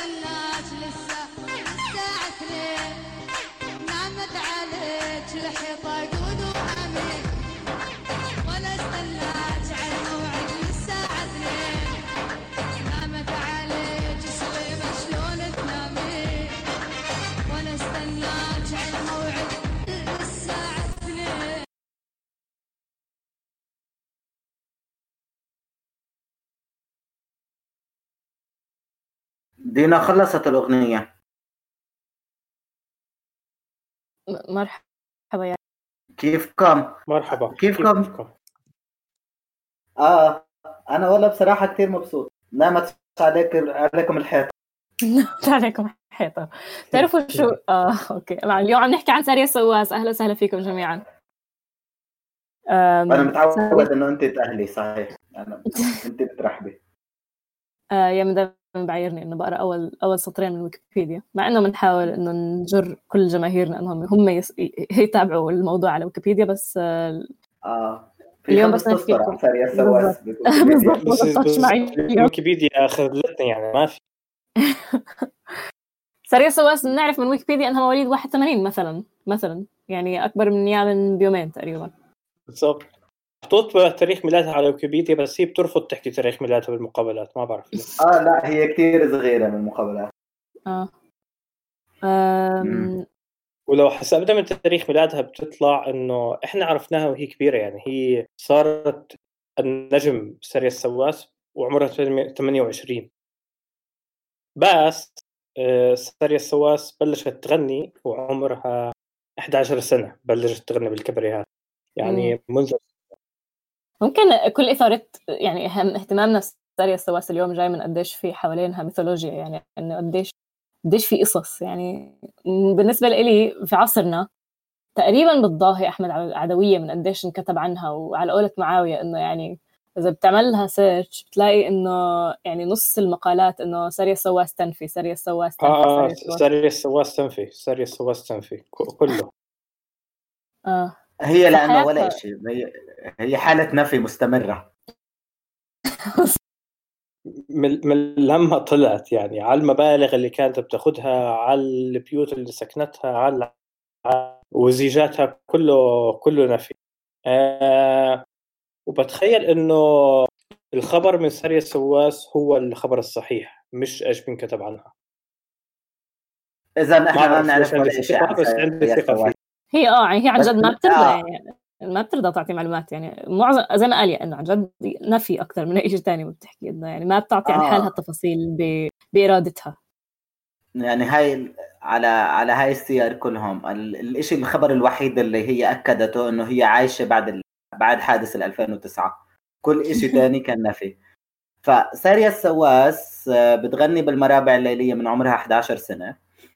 استناك لسه الساعة 2 نامت عليك الحيطة قود وحميد وانا استناك على الموعد للساعة 2 نامت عليك سويمة شلون تنامين وانا استناك على الموعد للساعة 2. دينا خلصت الأغنية. مرحبا يا كيفكم؟ مرحبا. كيفكم؟ أنا والله بصراحة كتير مبسوط. نامت عليكم الحيط. عليكم حيطة. تعرفوا شو اوكي اليوم عم نحكي عن سارية السواس. اهلا وسهلا فيكم جميعا. أنا متعود إنه أنت تأهلي صحيح. أنت بترحبي. يا مدام بعيرني انه بقرا اول سطرين من ويكيبيديا، مع انه بنحاول انه نجر كل جماهيرنا انهم هم يتابعوا الموضوع على ويكيبيديا، بس اليوم بس نحكي لكم سارية السواس بالضبط. معي ويكيبيديا خذلتني يعني ما في. سارية السواس بنعرف من ويكيبيديا انها مواليد 81 مثلا يعني اكبر من نيابن بيومين تقريبا. بالضبط. محطوط تاريخ ميلادها على ويكيبيديا بس هي بترفض تحكي تاريخ ميلادها بالمقابلات، ما بعرف ليه. لا هي كتير صغيرة من المقابلات. ولو حسبنا من تاريخ ميلادها بتطلع انه احنا عرفناها وهي كبيرة، يعني هي صارت النجم سارية السواس وعمرها 28. بس سارية السواس بلشت تغني وعمرها 11 سنة، بلشت تغني بالكبريات يعني منذ. ممكن كل إثارة يعني اهتمامنا بسارية السواس اليوم جاي من قديش في حوالينها ميثولوجيا، يعني إنه قديش في قصص. يعني بالنسبة لي في عصرنا تقريبا بتضاهي أحمد عدوية من قديش انكتب عنها، وعلى قولة معاوية إنه يعني إذا بتعمل لها سيرش بتلاقي إنه يعني نص المقالات إنه سارية السواس تنفي سارية السواس تنفي سارية السواس تنفي سارية السواس تنفي كله. هي لأنه ولا شيء، هي حالة نفي مستمرة. من لما طلعت يعني على المبالغ اللي كانت بتاخدها، على البيوت اللي سكنتها، على وزيجاتها، كله نفي. وبتخيل انه الخبر من سارية السواس هو الخبر الصحيح، مش ايش بنكتب عنها. اذا احنا ما بنعرف ولا شيء عن بس عندي ثقة فيه. هي عن جد ما بترضى يعني ما بترضى تعطي معلومات، يعني معظم زي ما قال انه عن جد نفي اكثر من اي شيء ثاني بتحكي، انه يعني ما بتعطي عن حالها التفاصيل بارادتها. يعني هاي على هاي السير كلهم. الاشي الخبر الوحيد اللي هي اكدته انه هي عايشه بعد حادث 2009. كل اشي ثاني كان نفي. فسارية السواس بتغني بالمرابع الليليه من عمرها 11 سنه.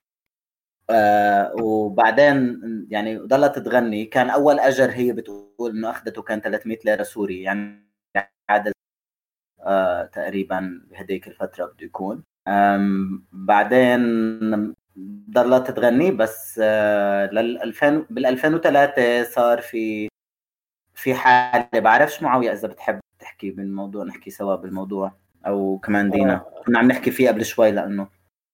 وبعدين يعني ضلت تغني. كان اول اجر هي بتقول انه اخذته كان 300 ليره سوري، يعني عدد تقريبا بهديك الفتره بده يكون. بعدين ضلت تغني بس بال 2003 صار في حاله. بعرفش معاوية اذا بتحب تحكي بالموضوع، نحكي سوا بالموضوع، او كمان دينا كنا عم نحكي فيه قبل شوي، لانه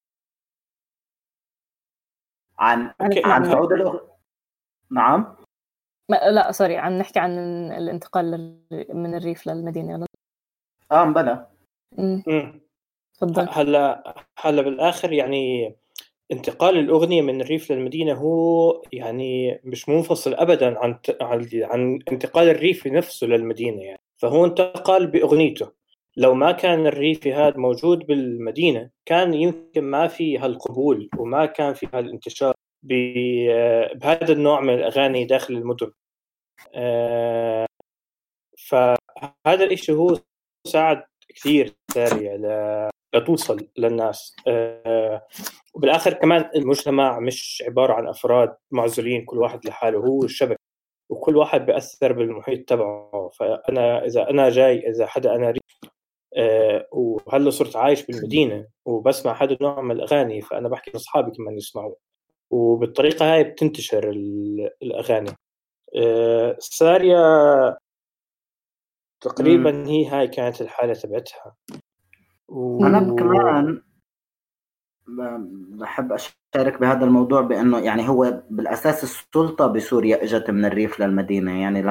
عن صعود نعم. لا سوري، عم نحكي عن الانتقال من الريف للمدينة. بلا تفضل. هلا بالاخر يعني انتقال الأغنية من الريف للمدينة هو يعني مش منفصل أبدا عن انتقال الريف نفسه للمدينة، يعني فهو انتقل بأغنيته. لو ما كان الريف هذا موجود بالمدينة كان يمكن ما في هالقبول وما كان في هالانتشار بهذا النوع من الأغاني داخل المدن. فهذا الإشي هو ساعد كثير سارية توصل للناس. وبالآخر كمان المجتمع مش عبارة عن أفراد معزولين كل واحد لحاله، هو الشبكة وكل واحد بيأثر بالمحيط تبعه. فأنا إذا حدا أنا وهلا صرت عايش بالمدينة وبسمع هذا النوع من الأغاني، فأنا بحكي لأصحابي كمان يسمعوا، وبالطريقة هاي بتنتشر الأغاني. سارية تقريبا هاي كانت الحالة تبعتها. أنا كمان بحب أشارك بهذا الموضوع بأنه يعني هو بالأساس السلطة بسوريا إجت من الريف للمدينة. يعني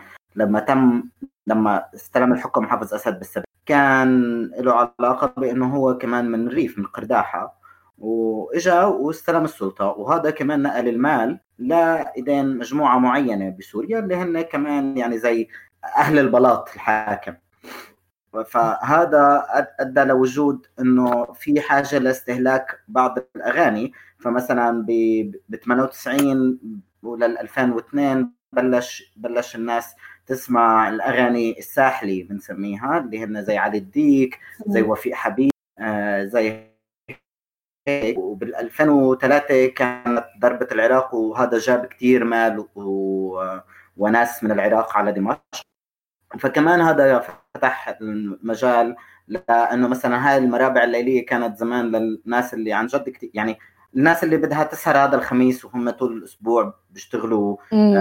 لما استلم الحكم محافظ أسد بالسبب كان له علاقة بأنه هو كمان من الريف من قرداحة، وإجا واستلم السلطة، وهذا كمان نقل المال لإيدين مجموعة معينة بسوريا اللي هن كمان يعني زي أهل البلاط الحاكم. فهذا ادى لوجود انه في حاجه لاستهلاك بعض الاغاني. فمثلا ب 98 ولل 2002 بلش الناس تسمع الاغاني الساحلي بنسميها، اللي هن زي علي الديك، زي وفيق حبيب، زي هيك. وبال 2003 كانت ضربه العراق، وهذا جاب كثير مال وناس من العراق على دمشق. فكمان هذا فتح المجال لانه مثلا هاي المرابع الليليه كانت زمان للناس اللي عن جد كتير، يعني الناس اللي بدها تسهر هذا الخميس وهم طول الاسبوع بيشتغلوا.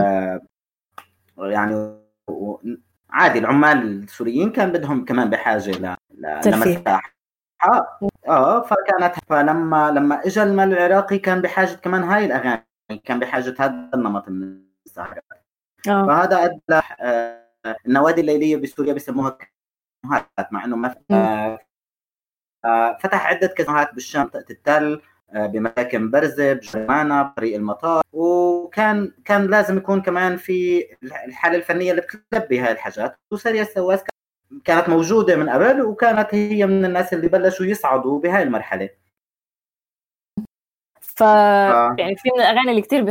يعني عادي العمال السوريين كان بدهم كمان بحاجه لمساحه. فلما اجى المال العراقي كان بحاجه كمان هاي الاغاني، كان بحاجه هذا النمط من السهر. فهذا ادى النوادي الليليه بسوريا بيسموها كازينوهات، مع انه ما فتح عده كازينوهات بالشام، منطقه التل، بمساكن برزه، بجرمانه، بطريق المطار. وكان لازم يكون كمان في الحاله الفنيه اللي بتلبي هاي الحاجات. وسارية السواس كانت موجوده من قبل، وكانت هي من الناس اللي بلشوا يصعدوا بهاي المرحله. يعني في من الاغاني اللي كتير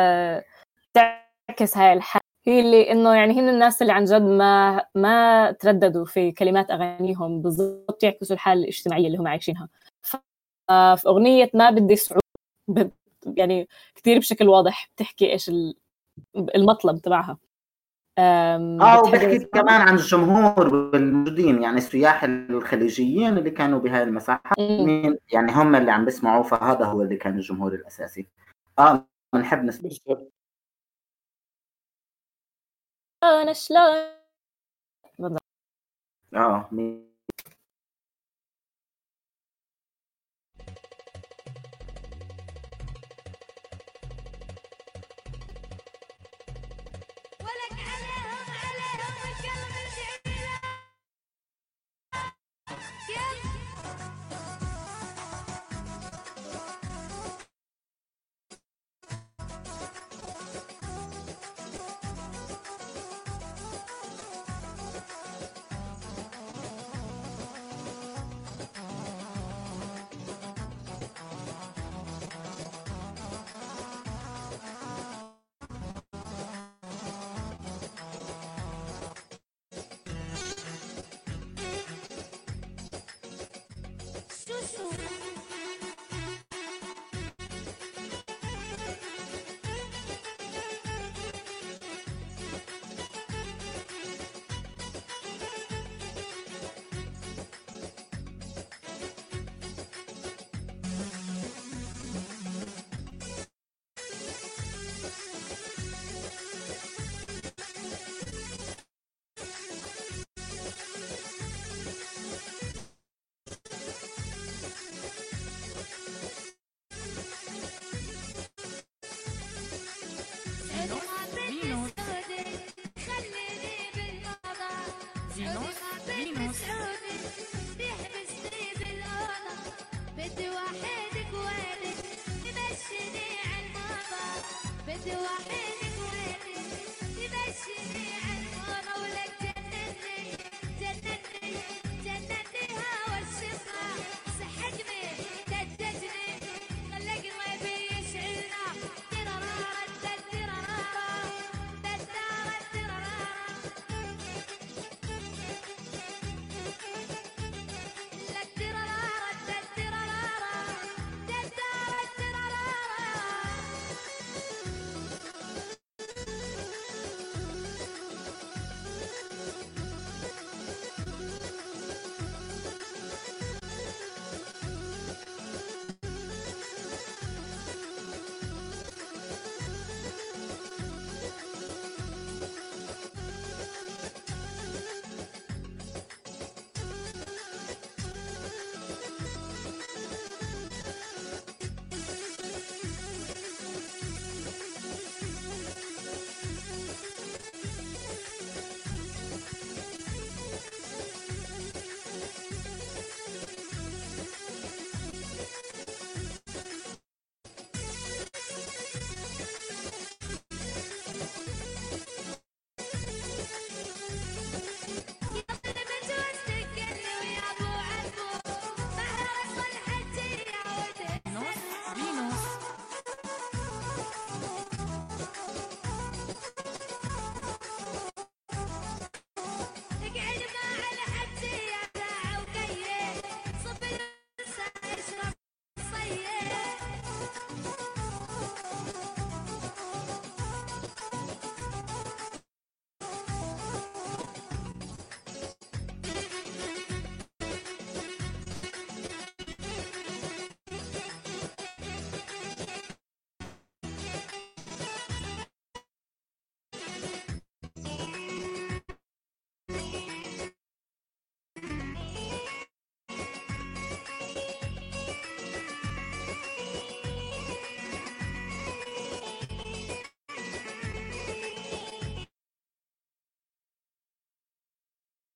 بتعكس هاي الحالة، هي اللي انه يعني هن الناس اللي عن جد ما ترددوا في كلمات اغانيهم بالضبط يعكسوا الحاله الاجتماعيه اللي هم عايشينها. في اغنيه ما بدي صعود يعني كتير بشكل واضح بتحكي ايش المطلب تبعها. وبحكي كمان عن الجمهور والموجودين، يعني السياح الخليجيين اللي كانوا بهاي المساحه، يعني هم اللي عم بيسمعوا، فهذا هو اللي كان الجمهور الاساسي. بنحب نسمع انا شلون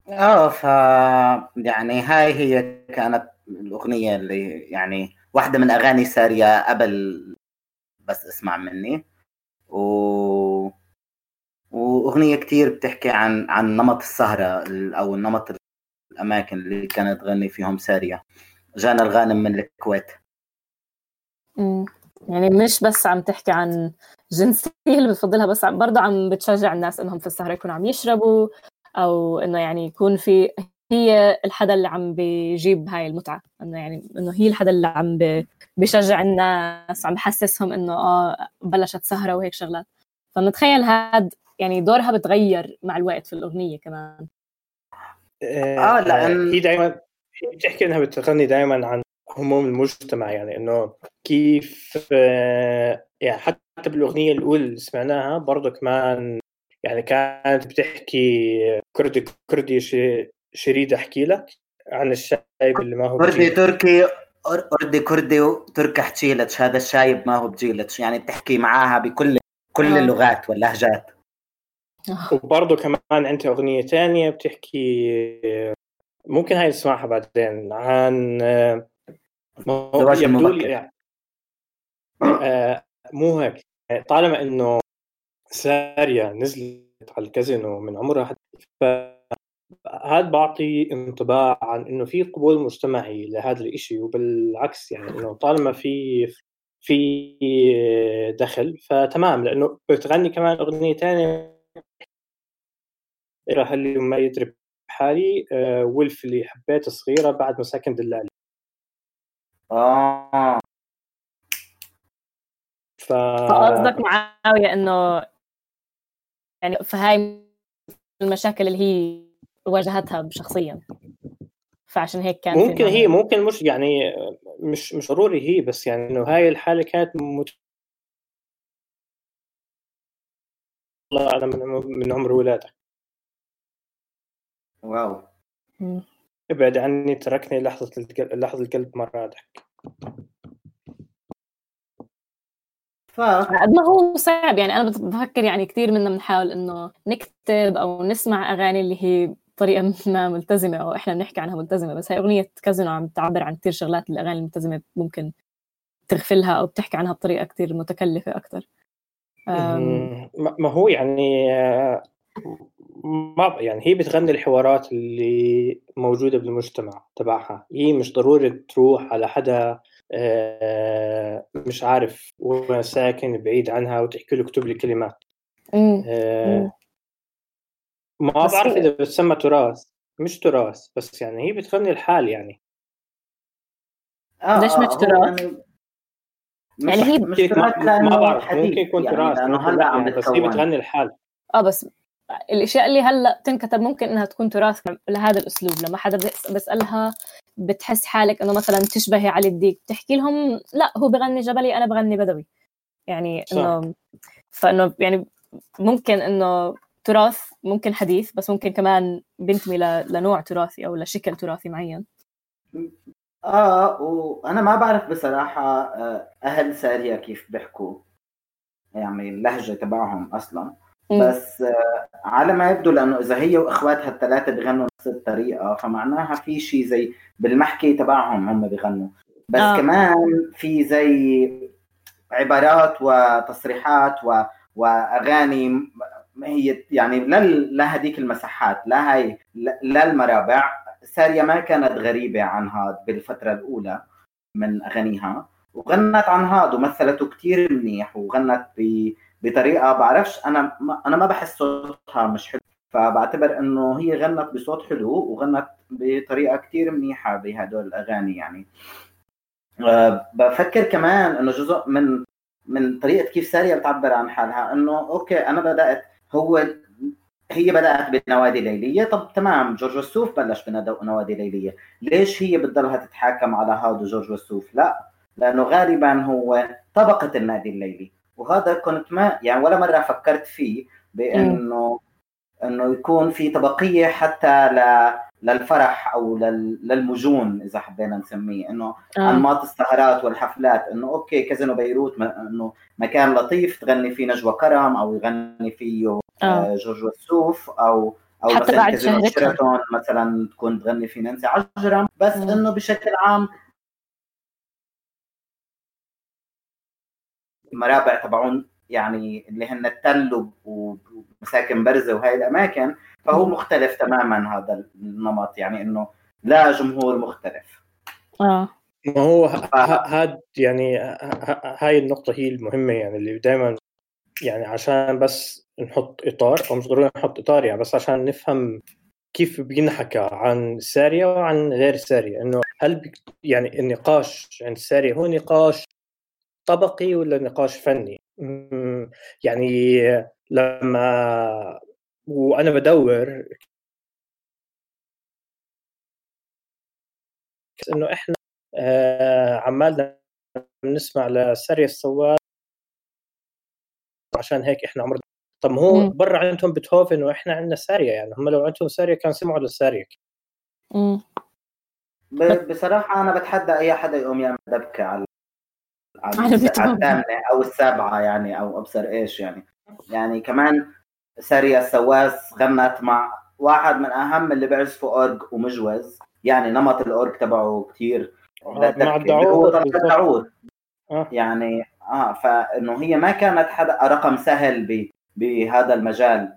ف يعني هاي هي كانت الأغنية اللي يعني واحدة من أغاني سارية قبل بس اسمع مني. وأغنية كتير بتحكي عن نمط السهرة أو نمط الأماكن اللي كانت تغني فيهم سارية. جانا الغانم من الكويت. يعني مش بس عم تحكي عن جنسية اللي بتفضلها، بس برضه عم بتشجع الناس إنهم في السهرة يكونوا عم يشربوا، أو إنه يعني يكون في هي الحدا اللي عم بيجيب هاي المتعة، إنه هي الحدا اللي عم بيشجع الناس، عم بحسسهم إنه بلشت سهرة وهيك شغلات. فنتخيل هاد يعني دورها بتغير مع الوقت في الأغنية كمان. لأن هي دائما بتحكي انها بتغني دائما عن هموم المجتمع، يعني انه كيف يعني حتى بالاغنيه الاولى اللي سمعناها برضه كمان يعني كانت بتحكي كردي شريد احكي لك عن الشايب اللي ما هو كردي بجيلك. تركي كردي وتركي احكي لك هذا الشايب ما هو بجيلك، يعني بتحكي معاها بكل اللغات واللهجات. وبرضه كمان عندي اغنيه ثانيه بتحكي ممكن هاي نسمعها بعدين عن زواج يبدو المبكر. لي يعني مو هيك، طالما انه سارية نزلت على الكازينو من عمرها، فهذا بعطي انطباع عن انه في قبول مجتمعي لهذا الاشي، وبالعكس يعني انه طالما في دخل فتمام، لانه بتغني كمان اغنية تانية اللي ما يدري بحالي ولف اللي حبيته صغيرة بعد مساكن دلالي. فقصدك معاوية انه يعني فهاي المشاكل اللي هي واجهتها شخصيا، فعشان هيك كان ممكن هي ممكن مش يعني مش ضروري هي، بس يعني انه هاي الحالة كانت والله انا من عمر ولادك. واو. ابعد عني تركني لحظة القلب مراتك. قد ما هو صعب، يعني أنا بفكر يعني كتير منا بنحاول إنه نكتب أو نسمع أغاني اللي هي طريقة ما ملتزمة أو إحنا بنحكي عنها ملتزمة، بس هاي أغنية كازينو عم تعبر عن كتير شغلات الأغاني الملتزمة ممكن تغفلها أو بتحكي عنها بطريقة كتير متكلفة أكتر. ما هو يعني ما يعني هي بتغني الحوارات اللي موجودة بالمجتمع تبعها، هي مش ضروري تروح على حدا مش عارف وين ساكن بعيد عنها وتحكي له اكتب لي كلمات. ما بعرف إذا بتسمى تراث مش تراث، بس يعني هي بتغني الحال يعني. ليش مش تراث؟ يعني هي مش تراث ما بعرف، ممكن يكون يعني تراث ممكن لا يعني، بس هي بتغني الحال. بس الاشياء اللي هلا تنكتب ممكن انها تكون تراث لهذا الاسلوب. لما حدا بسالها بتحس حالك انه مثلا تشبهي علي الديك، بتحكي لهم لا هو بغني جبلي انا بغني بدوي، يعني انه فانه يعني ممكن انه تراث ممكن حديث، بس ممكن كمان بنتمي لنوع تراثي او لشكل تراثي معين. وانا ما بعرف بصراحه اهل سارية كيف بيحكوا يعني اللهجه تبعهم اصلا، بس على ما يبدو لانه اذا هي واخواتها الثلاثه بيغنوا نفس الطريقه فمعناها في شيء زي بالمحكي تبعهم هم بيغنوا، بس كمان في زي عبارات وتصريحات واغاني هي يعني لهذيك المساحات، لا هي لا المرابع. سارية ما كانت غريبة عن هذا بالفترة الأولى من أغانيها، وغنت عن هذا ومثلته كتير منيح، وغنت بطريقة بعرفش أنا ما بحس صوتها مش حلو، فبعتبر إنه هي غنت بصوت حلو وغنت بطريقة كتير منيحة بهدول الأغاني يعني. بفكر كمان إنه جزء من طريقة كيف سارية بتعبر عن حالها إنه أوكي أنا بدأت هي بدأت بنوادي ليلية، طب تمام جورج وسوف بلش بنوادي ليلية، ليش هي بتضلها تتحاكم على هذا جورج وسوف؟ لا، لأنه غالبا هو طبقة النادي الليلي، وهذا كنت ما يعني ولا مرة فكرت فيه بأنه يكون في طبقية حتى للفرح أو للمجون إذا حبينا نسميه، إنه أنماط السهرات والحفلات، إنه أوكي كازينو بيروت إنه مكان لطيف تغني فيه نجوى كرم أو يغني فيه جورج وسوف او حتى مثلا بعد كازينو شهرتها. شيراتون مثلا تكون تغني في نانسي عجرم. بس انه بشكل عام المرابع تبعون يعني اللي هن التل ومساكن برزة وهاي الأماكن، فهو مختلف تماما هذا النمط، يعني إنه لا جمهور مختلف. ما هو هاد يعني هاي النقطة هي المهمة، يعني اللي دائما يعني عشان بس نحط إطار، أو مش ضروري نحط إطار يعني، بس عشان نفهم كيف بينحكى عن السارية وعن غير السارية. إنه هل يعني النقاش عن السارية هو نقاش طبقي ولا نقاش فني؟ يعني لما وأنا بدور إنه إحنا عمالنا نسمع لسارية السواس عشان هيك إحنا عمرنا. طب ما هو برا عندهم بيتهوفن وإحنا عندنا سارية، يعني هم لو عندهم سارية كان سمعوا للسارية. بصراحة أنا بتحدى أي حدا يقوم يعمل دبكة على بيتهوفن. الثامنة أو السابعة يعني، أو أبصر إيش يعني كمان سارية السواس غنت مع واحد من أهم اللي بيعزفوا أورج ومجوز، يعني نمط الأورج تبعه كتير مع الدعوة الدعوة يعني فإنه هي ما كانت حدا رقم سهل بهذا المجال.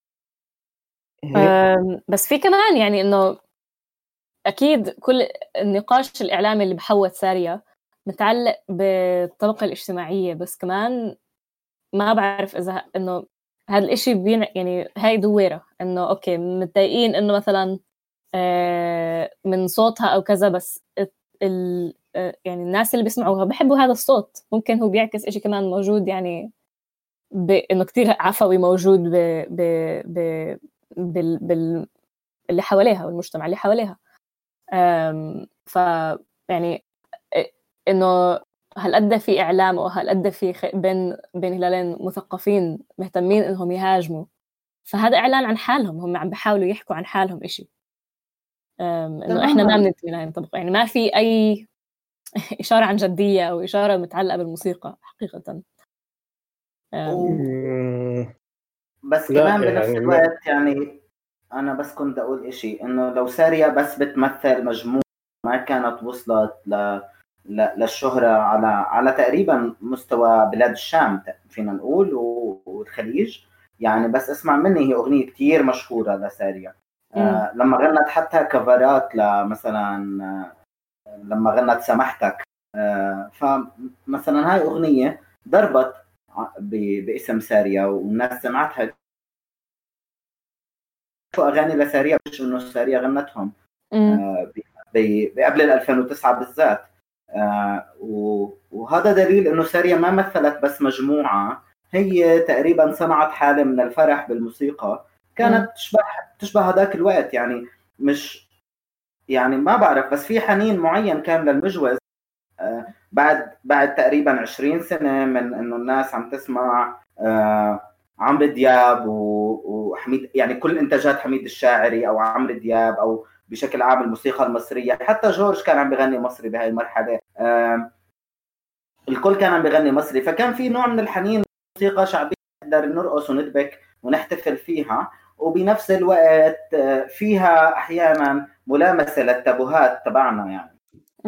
بس في كمان يعني إنه أكيد كل النقاش الإعلامي اللي بحوت سارية متعلق بالطبقة الاجتماعية، بس كمان ما بعرف إذا إنه هذا الإشي يعني هاي دويرة إنه أوكي متضايقين إنه مثلا من صوتها أو كذا، بس يعني الناس اللي بيسمعوها بحبوا هذا الصوت، ممكن هو بيعكس إشي كمان موجود يعني إنه كتير عفوي موجود اللي حواليها والمجتمع اللي حواليها. ف يعني إنه هل أدى في إعلام أو هل أدى في بين هلالين مثقفين مهتمين إنهم يهاجموا، فهذا إعلان عن حالهم، هم عم بيحاولوا يحكوا عن حالهم إشي إنه إحنا ما بننتمي لهاي الطبقة، يعني ما في أي إشارة عن جدية أو إشارة متعلقة بالموسيقى حقيقة. بس كمان بنفس الوقت يعني أنا بس كنت أقول إشي، إنه لو سارية بس بتمثل مجموعة ما كانت وصلت للشهرة على تقريبا مستوى بلاد الشام فينا نقول والخليج يعني. بس اسمع مني، هي أغنية كتير مشهورة لسارية. لما غنت حتى كفرات مثلا لما غنت سمحتك، فمثلا هاي أغنية ضربت باسم سارية والناس سمعتها. شو أغاني لسارية مش إنه سارية غنتهم بقبل 2009 بالذات. وهذا دليل إنه سارية ما مثلت بس مجموعة، هي تقريبا صنعت حالة من الفرح بالموسيقى كانت تشبه هذاك الوقت يعني. مش يعني ما بعرف، بس في حنين معين كان للمجوز بعد تقريبا 20 سنة من إنه الناس عم تسمع عمرو دياب وحميد، يعني كل إنتاجات حميد الشاعري أو عمرو دياب أو بشكل عام الموسيقى المصرية. حتى جورج كان عم بيغني مصري بهاي المرحلة، الكل كان عم بيغني مصري، فكان في نوع من الحنين موسيقى شعبية نقدر نرقص ونتبك ونحتفل فيها، وبنفس الوقت فيها أحيانا ملامسة للتابوهات تبعنا يعني.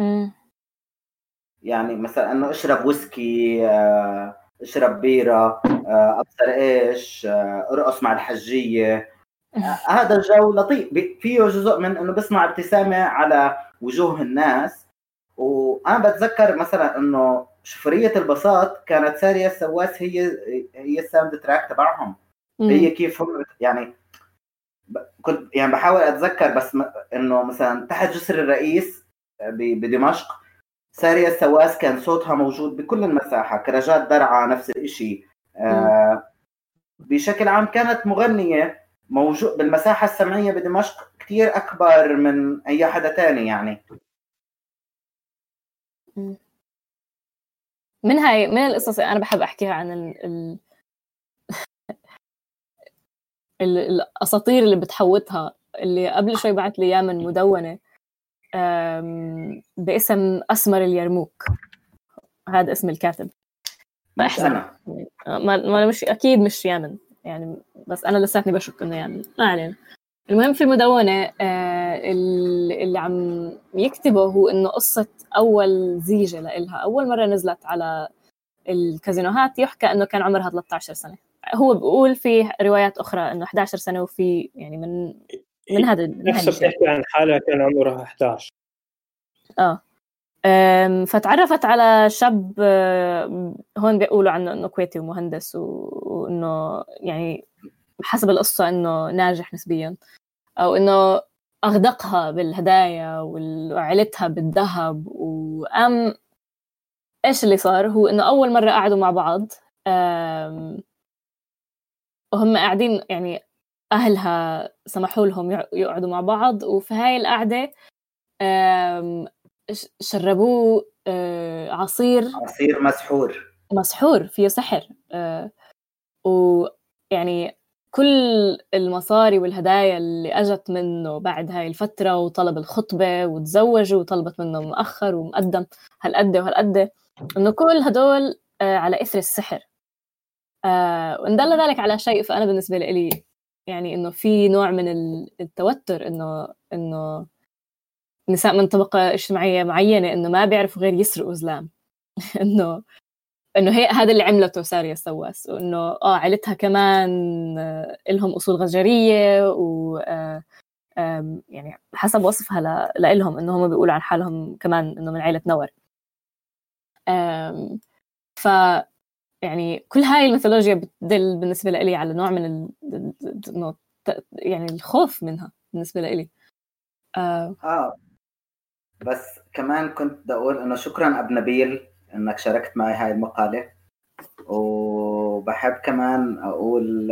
يعني مثلا انه اشرب ويسكي، اشرب بيرة، ابصر ايش، ارقص مع الحجية. هذا الجو لطيف، فيه جزء من انه بسمع ابتسامة على وجوه الناس. وانا بتذكر مثلا انه شفرية البساط كانت سارية السواس هي الساوند تراك تبعهم. هي كيف هم يعني كنت يعني بحاول اتذكر بس انه مثلا تحت جسر الرئيس بدمشق سارية السواس كان صوتها موجود بكل المساحة. كرجات درعا نفس الاشي. بشكل عام كانت مغنية موجود بالمساحة السمعية بدمشق كتير أكبر من أي حدا تاني يعني. من القصص أنا بحب أحكيها عن الأساطير اللي بتحوطها، اللي قبل شوي بعت لي من مدونة باسم أسمر اليرموك. هذا اسم الكاتب. مش أنا ما مش أكيد مش يامن يعني، بس أنا لساتني بشك إنه يامن. ما علينا. المهم في المدونة اللي عم يكتبه هو إنه قصة أول زيجة لإلها أول مرة نزلت على الكازينوهات يحكى إنه كان عمرها 13 سنة. هو بيقول في روايات أخرى إنه 11 سنة، وفي يعني من هذا نفسه بتحكي عن حالها كان عمرها 11. فتعرفت على شاب هون بيقولوا عنه إنه كويتي ومهندس، وإنه يعني حسب القصة إنه ناجح نسبياً، أو إنه أغدقها بالهدايا وعيلتها بالذهب. وأم إيش اللي صار هو إنه أول مرة قعدوا مع بعض وهم قاعدين، يعني أهلها سمحوا لهم يقعدوا مع بعض، وفي هاي القعدة شربوه عصير مسحور فيه سحر. ويعني كل المصاري والهدايا اللي أجت منه بعد هاي الفترة، وطلب الخطبة وتزوجوا وطلبت منه مؤخر ومقدم هالقد إنه كل هدول على إثر السحر. وإن دل ذلك على شيء، فأنا بالنسبة لي يعني إنه في نوع من التوتر إنه نساء من طبقة اجتماعية معينة إنه ما بيعرفوا غير يسرقوا زلام. إنه هي هذا اللي عملته سارية السواس، وإنه عائلتها كمان إلهم أصول غجرية، و يعني حسب وصفها لإلهم إنه هم بيقولوا عن حالهم كمان إنه من عائلة نور. ف يعني كل هاي الميثولوجيا بتدل بالنسبة لي على نوع من يعني الخوف منها بالنسبة لي. بس كمان كنت بدي أقول إنه شكراً أبو نبيل إنك شاركت معي هاي المقالة. وبحب كمان أقول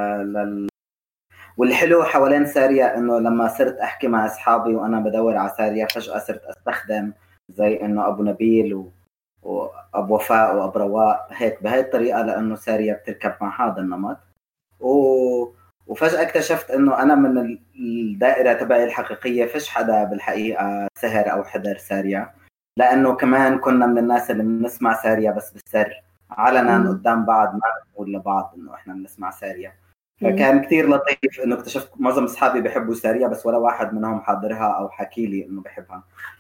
والحلو حوالين سارية إنه لما صرت أحكي مع أصحابي وأنا بدور على سارية، فجأة صرت أستخدم زي إنه أبو نبيل وأبو وفاء وأبو رواء هيك بهاي الطريقة، لأنه سارية بتركب مع هذا النمط. وفجأة اكتشفت إنه أنا من الدائرة تبعي الحقيقية فيش حدا بالحقيقة سهر أو حضر سارية، لأنه كمان كنا من الناس اللي بنسمع سارية بس بالسر علنا قدام بعض، ما نقول لبعض إنه إحنا بنسمع سارية. فكان كتير لطيف إنه اكتشفت معظم أصحابي بيحبوا سارية بس ولا واحد منهم حاضرها أو حكي لي إنه بحبها.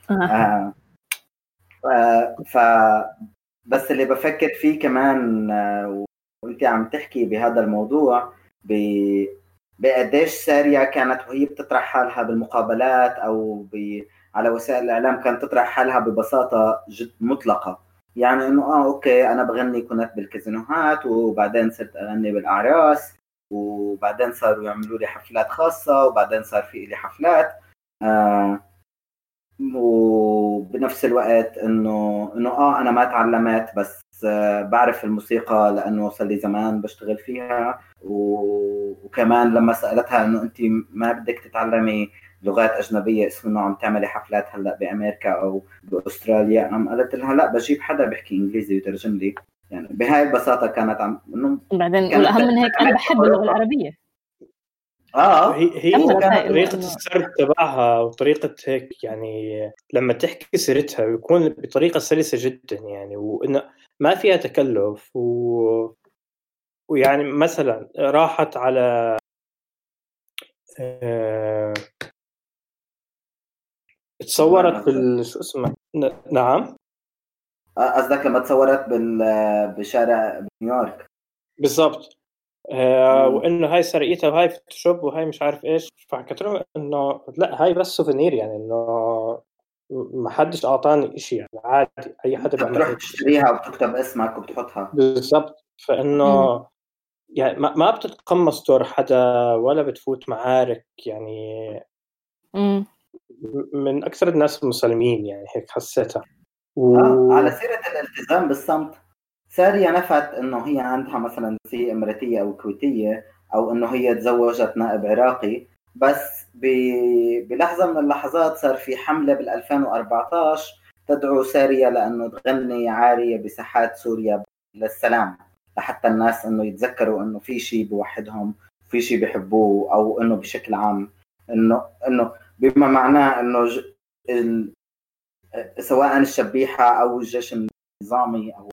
بس اللي بفكر فيه كمان وانت عم تحكي بهذا الموضوع بقديش سارية كانت وهي بتطرح حالها بالمقابلات أو على وسائل الإعلام كانت تطرح حالها ببساطة جد مطلقة. يعني إنه أوكي أنا بغني كنت بالكازينوهات، وبعدين صرت أغني بالأعراس، وبعدين صاروا يعملوا لي حفلات خاصة، وبعدين صار في لي حفلات وبنفس الوقت إنه أنا ما تعلمت بس بعرف الموسيقى لأنه صار لي زمان بشتغل فيها. وكمان لما سألتها إنه أنت ما بدك تتعلمي لغات أجنبية، اسمه إنه عم تعملي حفلات هلأ بأمريكا أو بأستراليا، قالت لها لا بجيب حدا بيحكي إنجليزي ويترجم لي. يعني بهاي البساطة كانت إنه بعدين والأهم من هيك أنا بحب اللغة العربية. هي كانت طريقة السرد تبعها وطريقة هيك، يعني لما تحكي سيرتها يكون بطريقة سلسة جدا، يعني وإنه ما فيها تكلف ويعني مثلا راحت على تصورت شو اسمه نعم قصدك لما تصورت بشارع نيويورك بالضبط. وانه هاي سرقتها وهاي فوتوشوب وهاي مش عارف ايش، فحكيت له انه لا هاي بس سوفينير، يعني انه ما حدش اعطاني اشي، يعني عادي اي حدا بيعمل بتروح تشتريها وبتكتب اسمك وبتحطها بالضبط. فانه يعني ما بتتقمص دور حدا ولا بتفوت معارك، يعني من اكثر الناس المسالمين، يعني هيك حسيتها. على سيرة الالتزام بالصمت، سارية نفت انه هي عندها مثلا جنسية اماراتية او كويتية، او انه هي تزوجت نائب عراقي، بس بلحظة من اللحظات صار في حملة بال2014 تدعو سارية لانه تغني عارية بساحات سوريا للسلام، لحتى الناس انه يتذكروا انه في شيء بوحدهم، في شيء بيحبوه، او انه بشكل عام انه بما معناه انه سواء الشبيحة أو الجيش النظامي أو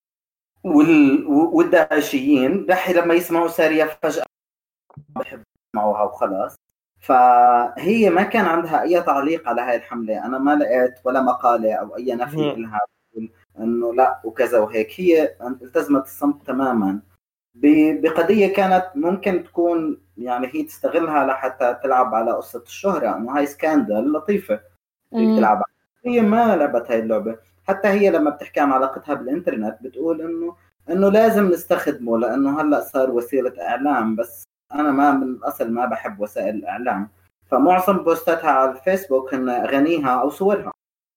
والداعشيين رح لما يسمعوا سارية فجأة بحب يسمعوها وخلاص. فهي ما كان عندها أي تعليق على هاي الحملة، أنا ما لقيت ولا مقالة أو أي نفي إلها إنه لا وكذا وهيك. هي التزمت الصمت تماما بقضية كانت ممكن تكون يعني هي تستغلها لحتى تلعب على قصة الشهرة، إنه هاي سكاندل لطيفة فيك تلعب. هي ما لعبت هاي اللعبة. حتى هي لما بتحكي عن علاقتها بالإنترنت بتقول إنه لازم نستخدمه لأنه هلأ صار وسيلة إعلام، بس أنا ما من الأصل ما بحب وسائل الإعلام، فمعظم بوستاتها على الفيسبوك هن أغانيها أو صورها.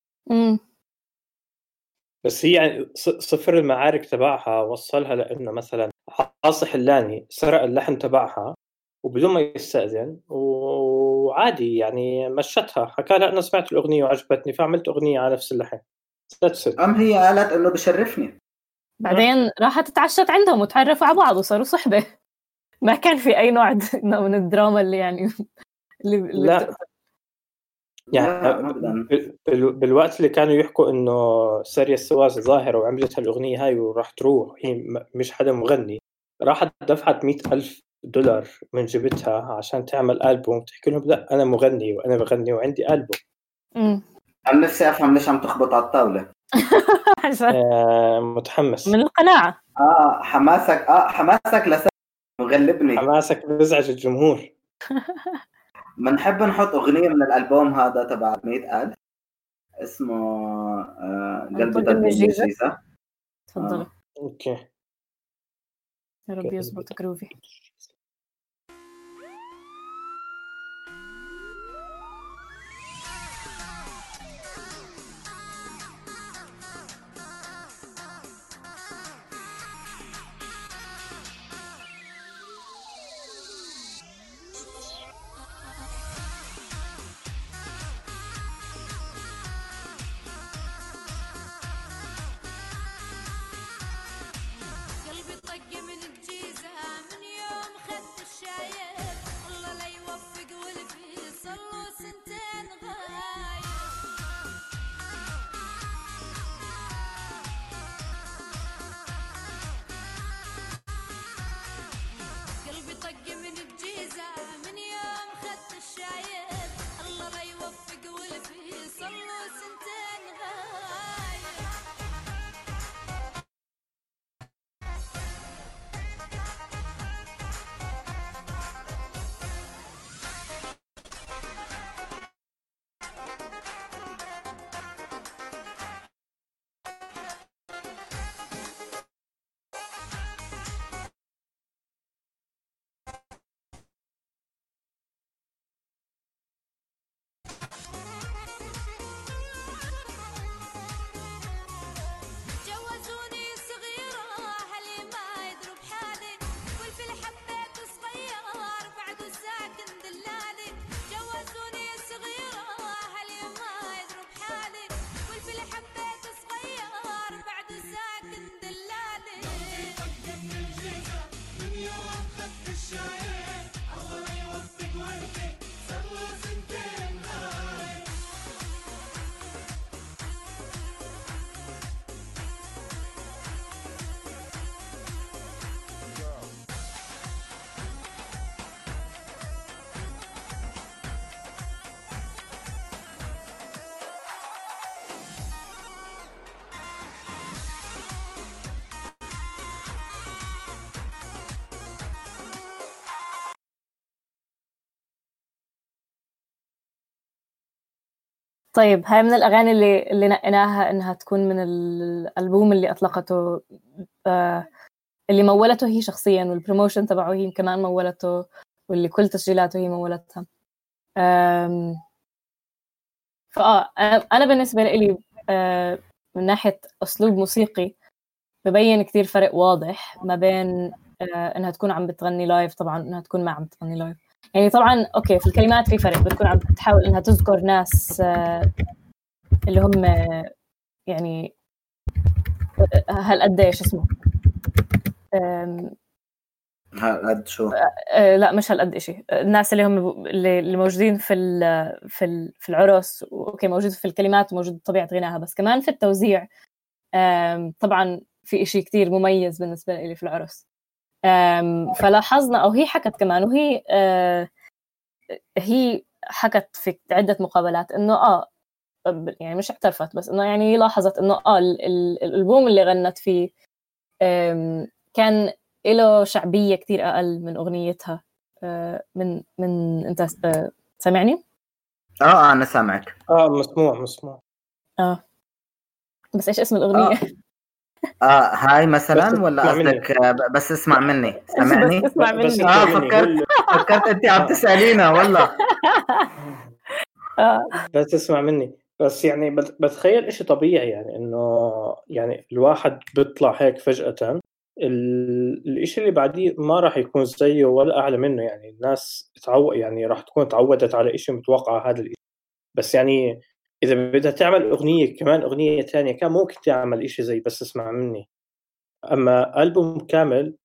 بس هي يعني صفر المعارك تبعها وصلها لأنه مثلا عاصي حلاني سرق اللحن تبعها وبدون ما يستأذن وعادي يعني مشتها، حكى لها أنا سمعت الأغنية وعجبتني فعملت أغنية على نفس اللحن. هي قالت إنه بشرفني، بعدين راحت تتعشت عندهم وتعرفوا على بعض وصاروا صحبة. ما كان في أي نوع من الدراما اللي يعني اللي لا يعني بالوقت اللي كانوا يحكوا إنه سارية السواس ظاهرة وعملت هالأغنية هاي وراح تروح، هي مش حدا مغني، راحت دفعت $100,000 من جبتها عشان تعمل ألبوم تحكي لهم لا أنا مغني وأنا بغني وعندي ألبوم. أنا نفسي أفهم ليش عم تخبط على الطاولة. متحمس من القناعة. حماسك مغلبني، حماسك بزعج الجمهور. منحب نحط أغنية من الألبوم هذا تبع 100,000 اسمه قلبي طق من الجيزة. تفضلوا. اوكي يا رب يزبط جروفي. طيب هاي من الأغاني اللي نقيناها إنها تكون من الألبوم اللي أطلقته، اللي مولته هي شخصياً، والبروموشن تبعه هي كمان مولته، واللي كل تسجيلاته هي مولتها. أنا بالنسبة لي من ناحية أسلوب موسيقي ببين كتير فرق واضح ما بين إنها تكون عم بتغني لايف، طبعاً إنها تكون ما عم بتغني لايف. يعني طبعاً أوكي في الكلمات في فرق، بتكون عم تحاول إنها تذكر ناس اللي هم يعني هالقديش اسمه هالقد شو لا مش هالقد شيء، الناس اللي هم اللي موجودين في العرس، اوكي موجود في الكلمات وموجود بطبيعة غناها، بس كمان في التوزيع. طبعا في إشي كتير مميز بالنسبة لي في العرس، فلاحظنا أو هي حكت كمان وهي هي حكت في عدة مقابلات إنه يعني مش اعترفت بس إنه يعني لاحظت إنه الألبوم اللي غنت فيه كان له شعبية كتير أقل من أغنيتها من أنت سامعني؟ أنا سامعك. مسموع. بس إيش اسم الأغنية؟ هاي مثلا ولا قصدك بس اسمع مني؟ سامعني؟ بس اسمع مني. فكرت أنت عم تسألينا والله. بس اسمع مني. بس يعني بتخيل إشي طبيعي يعني إنه يعني الواحد بيطلع هيك فجأة الإشي اللي بعديه ما راح يكون زيه ولا أعلى منه. يعني الناس يعني راح تكون تعودت على إشي متوقع هذا الإشي. بس يعني إذا بدها تعمل أغنية كمان أغنية تانية كان ممكن تعمل إشي زي بس اسمع مني. أما ألبوم كامل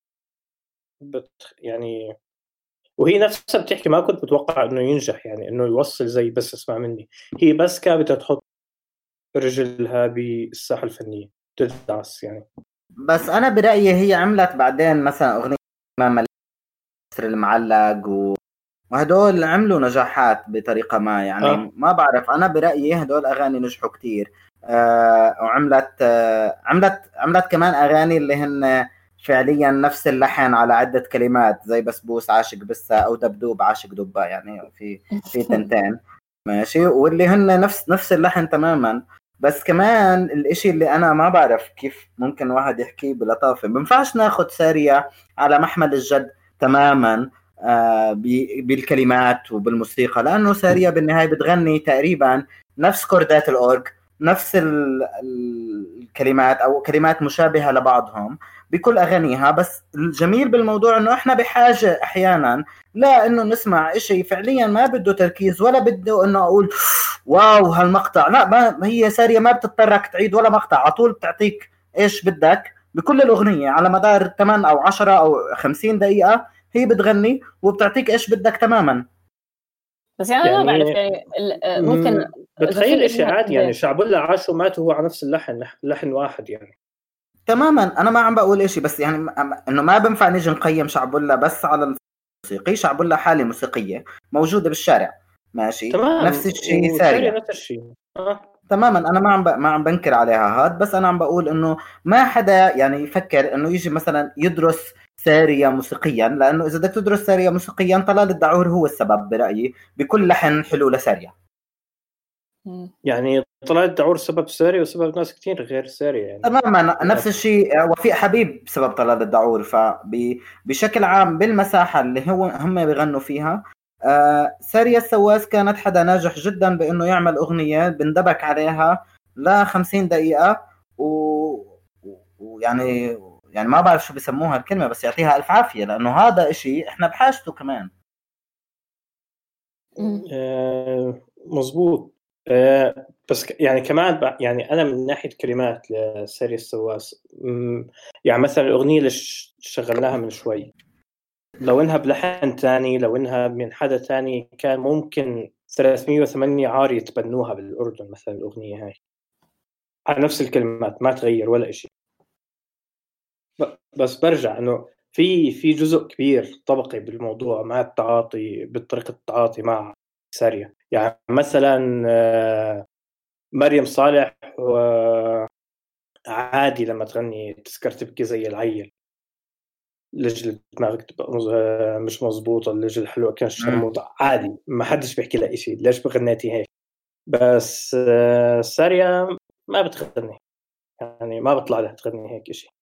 يعني وهي نفسها بتحكي ما كنت متوقع إنه ينجح يعني إنه يوصل زي بس اسمع مني. هي بس كانت بدها تحط رجلها بالساحة الفنية تدعس يعني. بس أنا برأيي هي عملت بعدين مثلا أغنية مصر المعلق وهدول عملوا نجاحات بطريقة ما يعني ما بعرف. أنا برأيي هدول أغاني نجحوا كتير. وعملت عملت كمان أغاني اللي هن فعليا نفس اللحن على عدة كلمات زي بسبوس عاشق بسة أو دبدوب عاشق دبة يعني في تنتين ماشي واللي هن نفس اللحن تماما. بس كمان الاشي اللي أنا ما بعرف كيف ممكن واحد يحكيه بلطافة بنفعش ناخد سارية على محمل الجد تماما بالكلمات وبالموسيقى لأنه سارية بالنهاية بتغني تقريبا نفس كوردات الأورج نفس الكلمات أو كلمات مشابهة لبعضهم بكل أغانيها. بس الجميل بالموضوع أنه إحنا بحاجة أحيانا لا أنه نسمع إشي فعليا ما بده تركيز ولا بده أنه أقول واو هالمقطع. لا ما هي سارية ما بتضطرك تعيد ولا مقطع على طول بتعطيك إيش بدك بكل الأغنية على مدار 8 أو 10 أو 50 دقيقة هي بتغني وبتعطيك إيش بدك تماما. بس يعني ما بعرف يعني ممكن بتخيل إشي عادي يعني شعبولة عاش ومات وهو على نفس لحن واحد يعني تماما. أنا ما عم بقول إشي بس يعني إنه ما بنفع نيجي نقيم شعبولة بس على الموسيقى. شعبولة حالة موسيقية موجودة بالشارع ماشي تمام. نفس الشيء سارية نفس الشيء تماما. أنا ما عم بنكر عليها هاد بس أنا عم بقول إنه ما حدا يعني يفكر إنه يجي مثلا يدرس سارية موسيقيا لأنه إذا بدك تدرس سارية موسيقيا طلال الدعور هو السبب برأيي بكل لحن حلو لسارية. يعني طلال الدعور سبب سارية وسبب ناس كتير غير سارية يعني تماما نفس الشيء. وفيق حبيب سبب طلال الدعور. فبشكل عام بالمساحة اللي هم بيغنوا فيها سارية السواس كانت حدا ناجح جدا بأنه يعمل أغنية بندبك عليها لا 50 دقيقة ويعني ما بعرف شو بيسموها الكلمة بس يعطيها ألف عافية لأنه هذا إشي إحنا بحاجته كمان. مظبوط. بس يعني كمان يعني أنا من ناحية كلمات لسارية السواس يعني مثلا الأغنية اللي شغلناها من شوي لو إنها بلحن تاني لو إنها من حدا تاني كان ممكن 308 عار يتبنوها بالأردن مثلا الأغنية هاي على نفس الكلمات ما تغير ولا إشي. بس برجع إنه في جزء كبير طبقي بالموضوع مع التعاطي بطريقة التعاطي مع سارية. يعني مثلا مريم صالح عادي لما تغني تذكر تبكي زي العيل لجل دماغك مش مزبوطة اللجل حلوة كان شرموطة عادي ما حدش بيحكي لها إشي ليش بغنيتي هيك. بس سارية ما بتغني يعني ما بطلع لها تغني هيك إشي.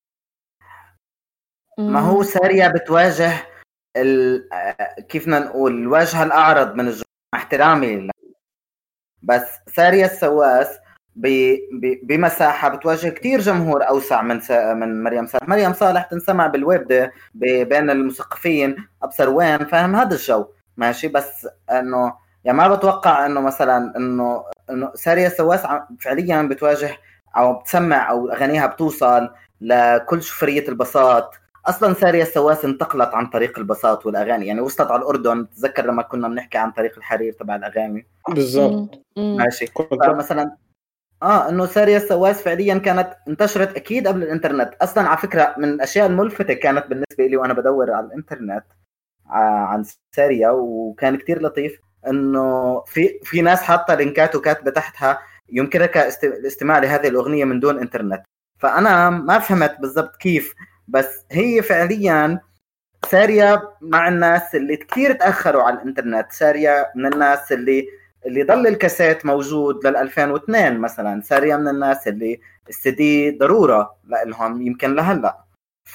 ما هو سارية بتواجه كيف نقول الواجهة الأعرض من الجمهور احترامي بس سارية السواس بمساحة بتواجه كتير جمهور أوسع من مريم صالح. مريم صالح تنسمع بالويب بين المثقفين أبصر وين فاهم هذا الجو ماشي. بس إنه يعني ما بتوقع إنه مثلا إنه سارية السواس فعليا بتواجه أو بتسمع أو أغانيها بتوصل لكل شفرية البساط. أصلا سارية السواس انتقلت عن طريق البساط والأغاني يعني وصلت على الأردن. تذكر لما كنا بنحكي عن طريق الحرير تبع الأغاني بالضبط ماشي. مثلا انه سارية السواس فعليا كانت انتشرت اكيد قبل الانترنت اصلا. على فكره من الاشياء الملفتة كانت بالنسبه لي وانا بدور على الانترنت عن سارية، وكان كتير لطيف انه في ناس حاطه لينكات وكاتبه تحتها يمكنك الاستماع لهذه الاغنيه من دون انترنت. فانا ما فهمت بالضبط كيف، بس هي فعليا سارية مع الناس اللي كتير تاخروا على الانترنت. سارية من الناس اللي ضل الكاسيت موجود لل 2002 مثلا. سارية من الناس اللي السي دي ضروره لهم يمكن لهلا. ف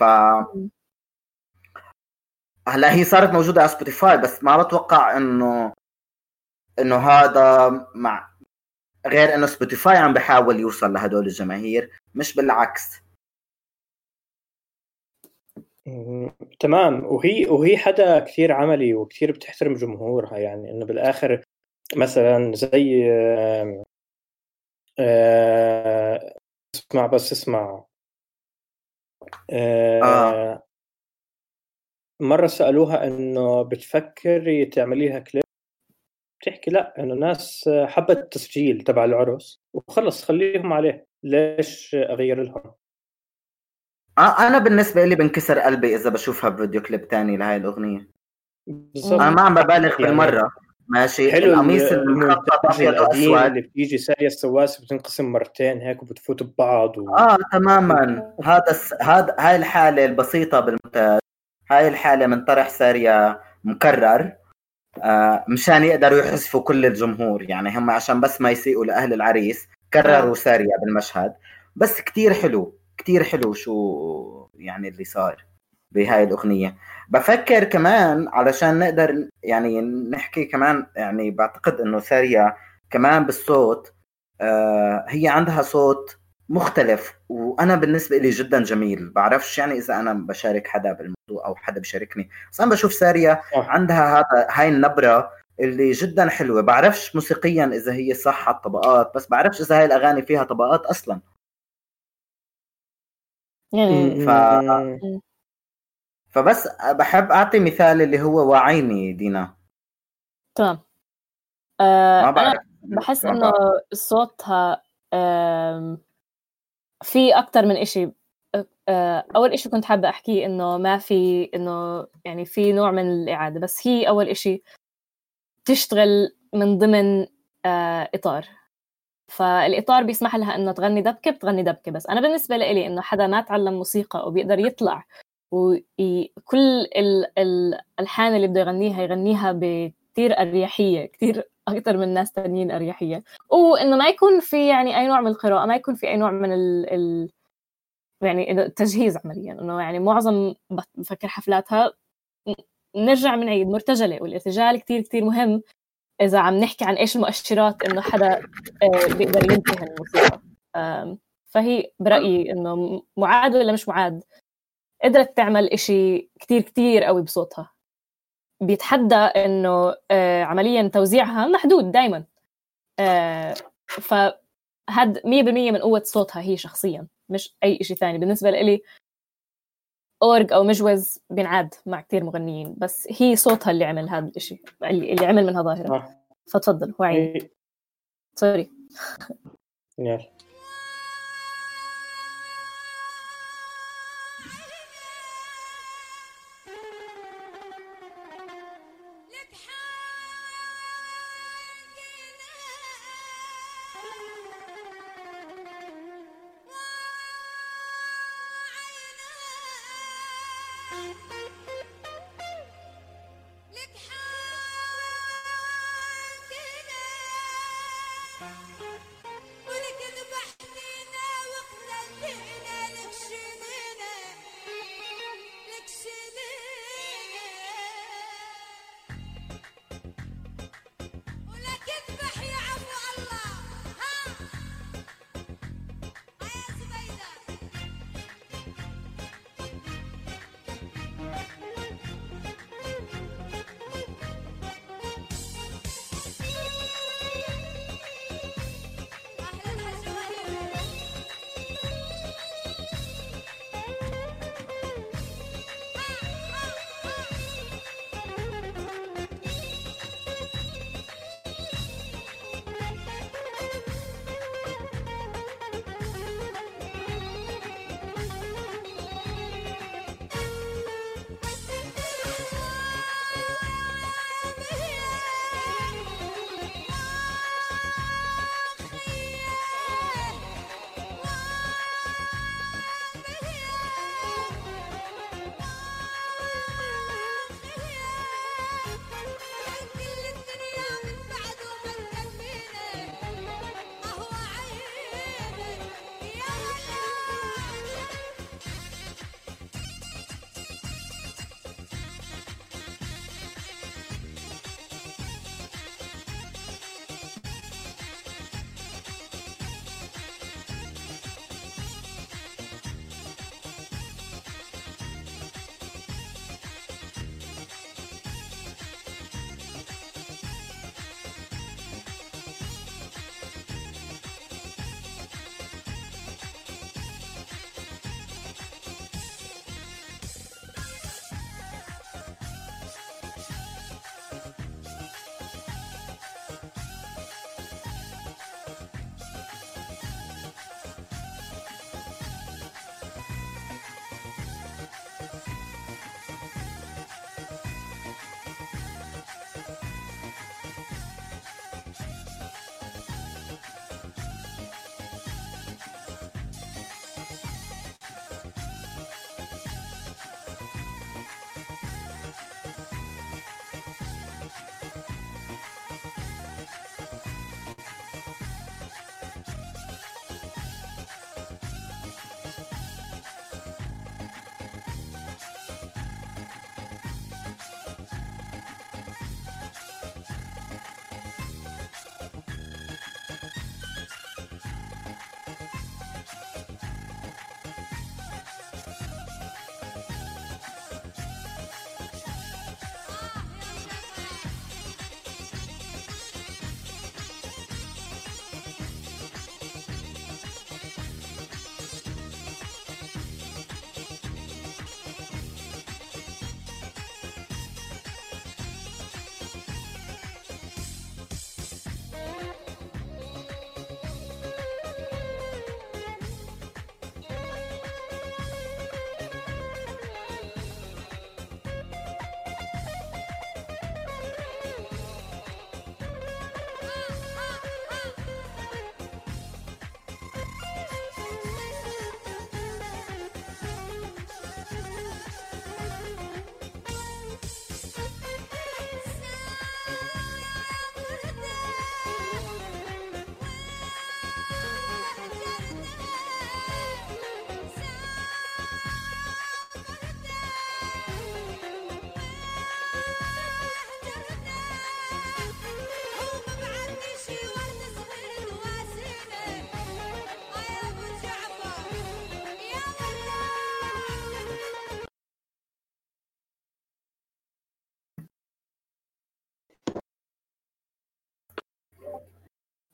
هلا هي صارت موجوده على سبوتيفاي، بس ما بتوقع انه هذا مع غير انه سبوتيفاي عم بحاول يوصل لهدول الجماهير مش بالعكس. تمام. وهي حدا كثير عملي وكثير بتحترم جمهورها، يعني انه بالاخر مثلا زي اسمع مرة سألوها إنه بتفكر تعمليها كليب، بتحكي لا، إنه ناس حبت التسجيل تبع العرس وخلص خليهم عليه، ليش أغير لهم؟ أنا بالنسبة لي بنكسر قلبي إذا بشوفها بفيديو كليب تاني لهاي الأغنية. بالضبط. أنا ما عم ببالغ بالمرة يعني. ماشي، حلو القميص المخطط أبيض وأسود اللي بتيجي سارية السواس بتنقسم مرتين هيك وبتفوت ببعض تماما. هاي الحالة البسيطة بالمونتاج، هاي الحالة من طرح سارية مكرر مشان يقدروا يحذفوا كل الجمهور. يعني هم عشان بس ما يسيئوا لأهل العريس كرروا سارية بالمشهد. بس كتير حلو، كتير حلو شو يعني اللي صار بهاي الأغنية. بفكر كمان علشان نقدر يعني نحكي كمان، يعني بعتقد إنه سارية كمان بالصوت هي عندها صوت مختلف، وأنا بالنسبة لي جدا جميل. بعرفش يعني إذا أنا بشارك حدا بالموضوع أو حدا بشاركني، بس أنا بشوف سارية عندها هاي النبرة اللي جدا حلوة. بعرفش موسيقيا إذا هي صح على الطبقات، بس بعرفش إذا هاي الأغاني فيها طبقات أصلا يعني فبس بحب أعطي مثال اللي هو وعيني دينا. تمام. ما بعرف. أنا بحس إنه صوتها في أكتر من إشي. أول إشي كنت حابة أحكي إنه ما في إنه يعني في نوع من الإعادة، بس هي أول إشي تشتغل من ضمن إطار، فالإطار بيسمح لها إنه تغني دبكة بتغني دبكة. بس أنا بالنسبة لي إنه حدا ما تعلم موسيقى وبيقدر يطلع وكل الألحان اللي بده يغنيها بكتير أريحية، كتير أكتر من ناس تانيين أريحية، وإنه ما يكون في يعني أي نوع من القراءة، ما يكون في أي نوع من يعني التجهيز عمليا. إنه يعني معظم بفكر حفلاتها نرجع من عيد مرتجلة، والارتجال كتير كتير مهم إذا عم نحكي عن إيش المؤشرات إنه حدا بيقدر ينتهي الموسيقى. فهي برأيي إنه معاد ولا مش معاد، قدرت تعمل إشي كتير كتير قوي بصوتها، بيتحدى إنه عمليا توزيعها محدود دايما. فهاد 100% من قوة صوتها هي شخصيا، مش أي إشي ثاني. بالنسبة لي أورج أو مجوز بينعاد مع كتير مغنيين، بس هي صوتها اللي عمل هذا الإشي، اللي عمل منها ظاهرة. فتفضل وعي. سوري. يلا.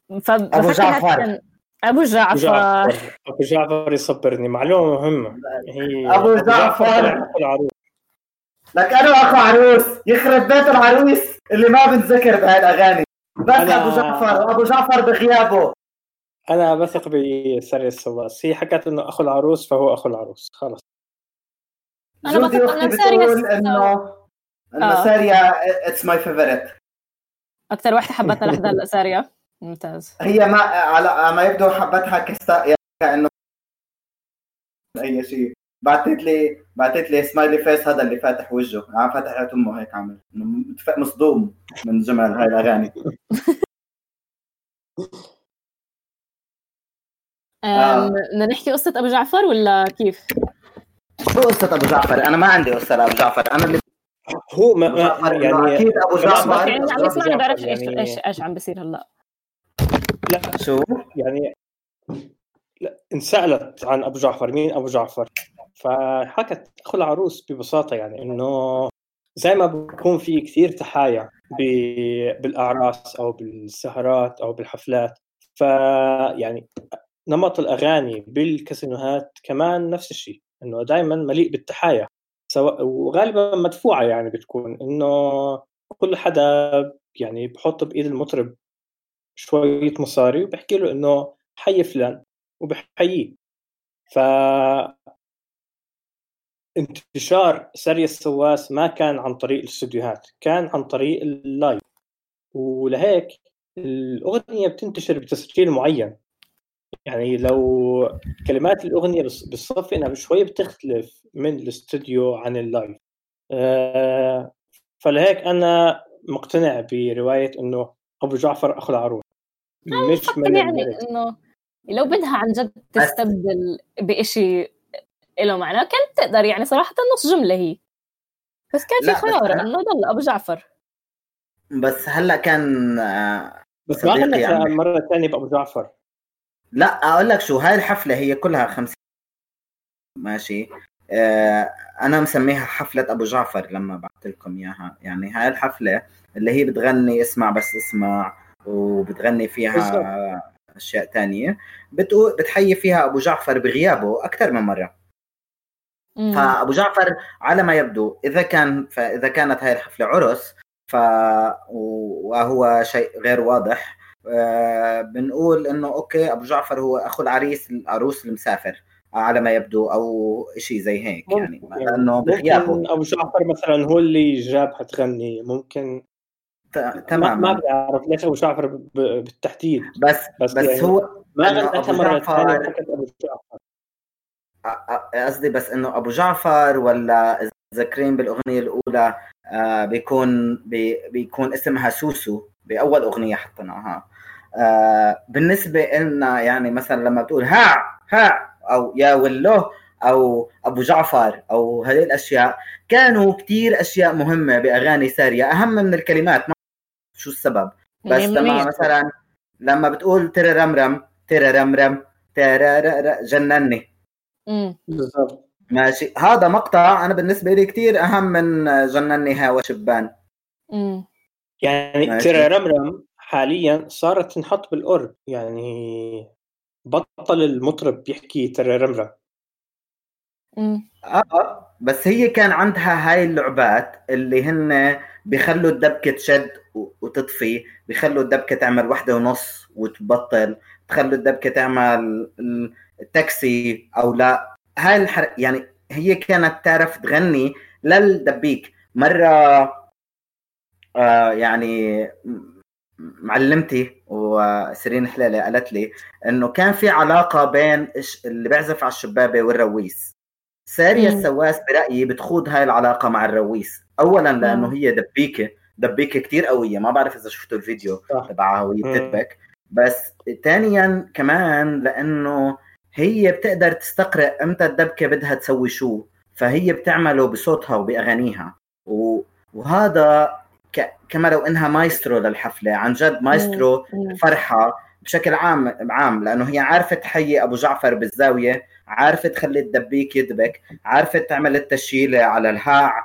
أبو جعفر. أبو جعفر أبو جعفر يصبرني معلومة مهمة. هي أبو جعفر طلع أخو العروس. لك أنا أخو عروس يخرب بيت العروس اللي ما بنذكر بهاي الأغاني. بس أبو جعفر وأبو جعفر بغيابه. أنا بثق بسارية السواس، هي حكت إنه أخو العروس فهو أخو العروس خلاص. أنا بثق إنه سارية إنه سارية it's my favorite. أكتر واحدة حبتها لحظة سارية. ممتاز. هي ما على ما يبدو حبتها كأنه أي شيء. بعتت لي سمايلي فيس هذا اللي فاتح وجهه عم فاتح امه هيك عامل مصدوم من جمال هاي الاغاني. بدنا نحكي قصة أبو جعفر ولا كيف؟ شو قصة أبو جعفر؟ أنا ما عندي قصة لأبو جعفر. أنا اللي هو ما يعني أكيد أبو جعفر يعني عم يسمعني بعرف إيش عم بيصير هلا. لا شو يعني لا انسألت عن أبو جعفر مين أبو جعفر، فحكت أخو العروس ببساطة، يعني إنه زي ما بكون في كثير تحايا بالأعراس أو بالسهرات أو بالحفلات، فيعني نمط الأغاني بالكاسينوهات كمان نفس الشيء، إنه دائما مليء بالتحايا سواء وغالبا مدفوعة، يعني بتكون إنه كل حدا يعني بحط بإيد المطرب شوية مصاري وبحكي له إنه حي فلان وبحييه. انتشار سارية السواس ما كان عن طريق الاستوديوهات، كان عن طريق اللايف، ولهيك الأغنية بتنتشر بتسجيل معين. يعني لو كلمات الأغنية بالصف إنها بشوي بتختلف من الاستوديو عن اللايف. فلهيك أنا مقتنع برواية إنه أبو جعفر أخو العروس، مش من يعني إنه لو بدها عن جد تستبدل بإشي له معنى كانت تقدر، يعني صراحة نص جملة هي، بس كان في خيار إنه ضل أبو جعفر. بس هلا كان بس ما غنت يعني مرة ثانية بأبو جعفر. لا أقول لك شو، هاي الحفلة هي كلها 50 ماشي. أنا مسميها حفلة أبو جعفر لما بعت لكم إياها. يعني هاي الحفلة اللي هي بتغني اسمع بس اسمع، وبتغني فيها أشياء تانية، بتحيي فيها أبو جعفر بغيابه أكثر من مرة. فأبو جعفر على ما يبدو إذا كانت هاي الحفلة عرس وهو شيء غير واضح، بنقول إنه أوكي أبو جعفر هو أخو العروس المسافر على ما يبدو، أو إشي زي هيك. يعني لأنه بغيابه أبو جعفر مثلا هو اللي جابها تغني، ممكن تماما ما بعرف ليش أبو جعفر بالتحديد، بس يعني هو ما غنتها مرة ثانية حكت أبو جعفر. قصدي بس إنه أبو جعفر، ولا ذكرين بالأغنية الأولى بيكون اسمها سوسو بأول أغنية حطيناها. بالنسبة لنا يعني مثلا لما بتقول ها أو يا ولو أو أبو جعفر أو هذه الأشياء، كانوا كتير أشياء مهمة بأغاني سارية أهم من الكلمات، ما شو السبب. بس لما مثلا لما بتقول ترى رمرم ترى جنني بالضبط ماشي، هذا مقطع أنا بالنسبة لي كتير أهم من جنني هوا شبان. يعني ترى رمرم حاليا صارت تنحط بالأورب، يعني بطل المطرب يحكي ترى رمرم. بس هي كان عندها هاي اللعبات اللي هن بيخلوا الدبكة تشد وتطفي، بيخلوا الدبكة تعمل 1.5 وتبطل، بيخلوا الدبكة تعمل التاكسي أو لا. هاي يعني هي كانت تعرف تغني للدبيك. مرة يعني معلمتي وسيرين حلالة قالت لي إنه كان في علاقة بين اللي بيعزف على الشبابة والرويس. سارية السواس برأيي بتخوض هاي العلاقة مع الرويس، أولا لأنه هي دبيكة كتير قوية، ما بعرف إذا شفتوا الفيديو تبعها وهي بتدبك. بس ثانيا كمان لأنه هي بتقدر تستقرأ امتى الدبكة بدها تسوي شو، فهي بتعمله بصوتها وبأغانيها. وهذا كما لو إنها مايسترو للحفلة، عن جد مايسترو فرحة بشكل عام، لأنه هي عارفة تحيي أبو جعفر بالزاوية، عارفة تخلي الدبيك يدبك، عارفة تعمل التشيلة على الهاع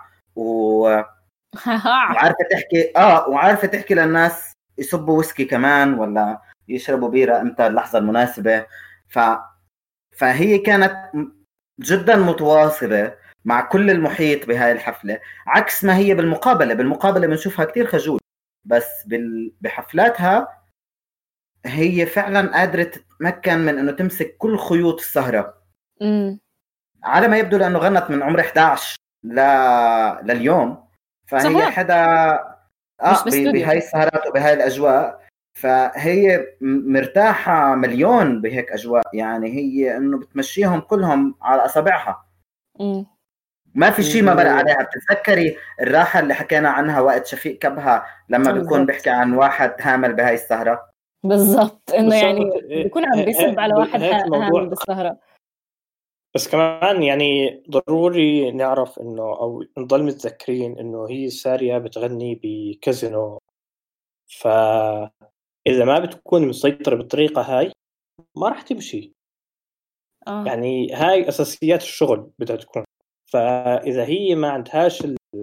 وعارفة تحكي وعارفة تحكي للناس يصبوا ويسكي كمان، ولا يشربوا بيرة امتى اللحظة المناسبة. فهي كانت جدا متواصلة مع كل المحيط بهاي الحفلة، عكس ما هي بالمقابلة بنشوفها كتير خجول، بس بحفلاتها هي فعلا قادرة تتمكن من انه تمسك كل خيوط السهرة. على ما يبدو لانه غنت من عمر 11 لليوم، فهي صحيح. حدا مش باستوديو. بهاي السهرات وبهاي الاجواء، فهي مرتاحة مليون بهيك اجواء. يعني هي انه بتمشيهم كلهم على اصابعها. ما في شيء ما برق عليها. بتتذكري الراحة اللي حكينا عنها وقت شفيق كبها لما بيكون بيحكي عن واحد هامل بهاي السهرة؟ بالضبط، انه يعني بيكون عم بيسب على واحد هامل بالسهرة. بس كمان يعني ضروري نعرف انه او نضل متذكرين انه هي سارية بتغني بكازينو، فاذا ما بتكون مسيطرة بالطريقة هاي ما راح تمشي. يعني هاي اساسيات الشغل بدها تكون. فاذا هي ما عندهاش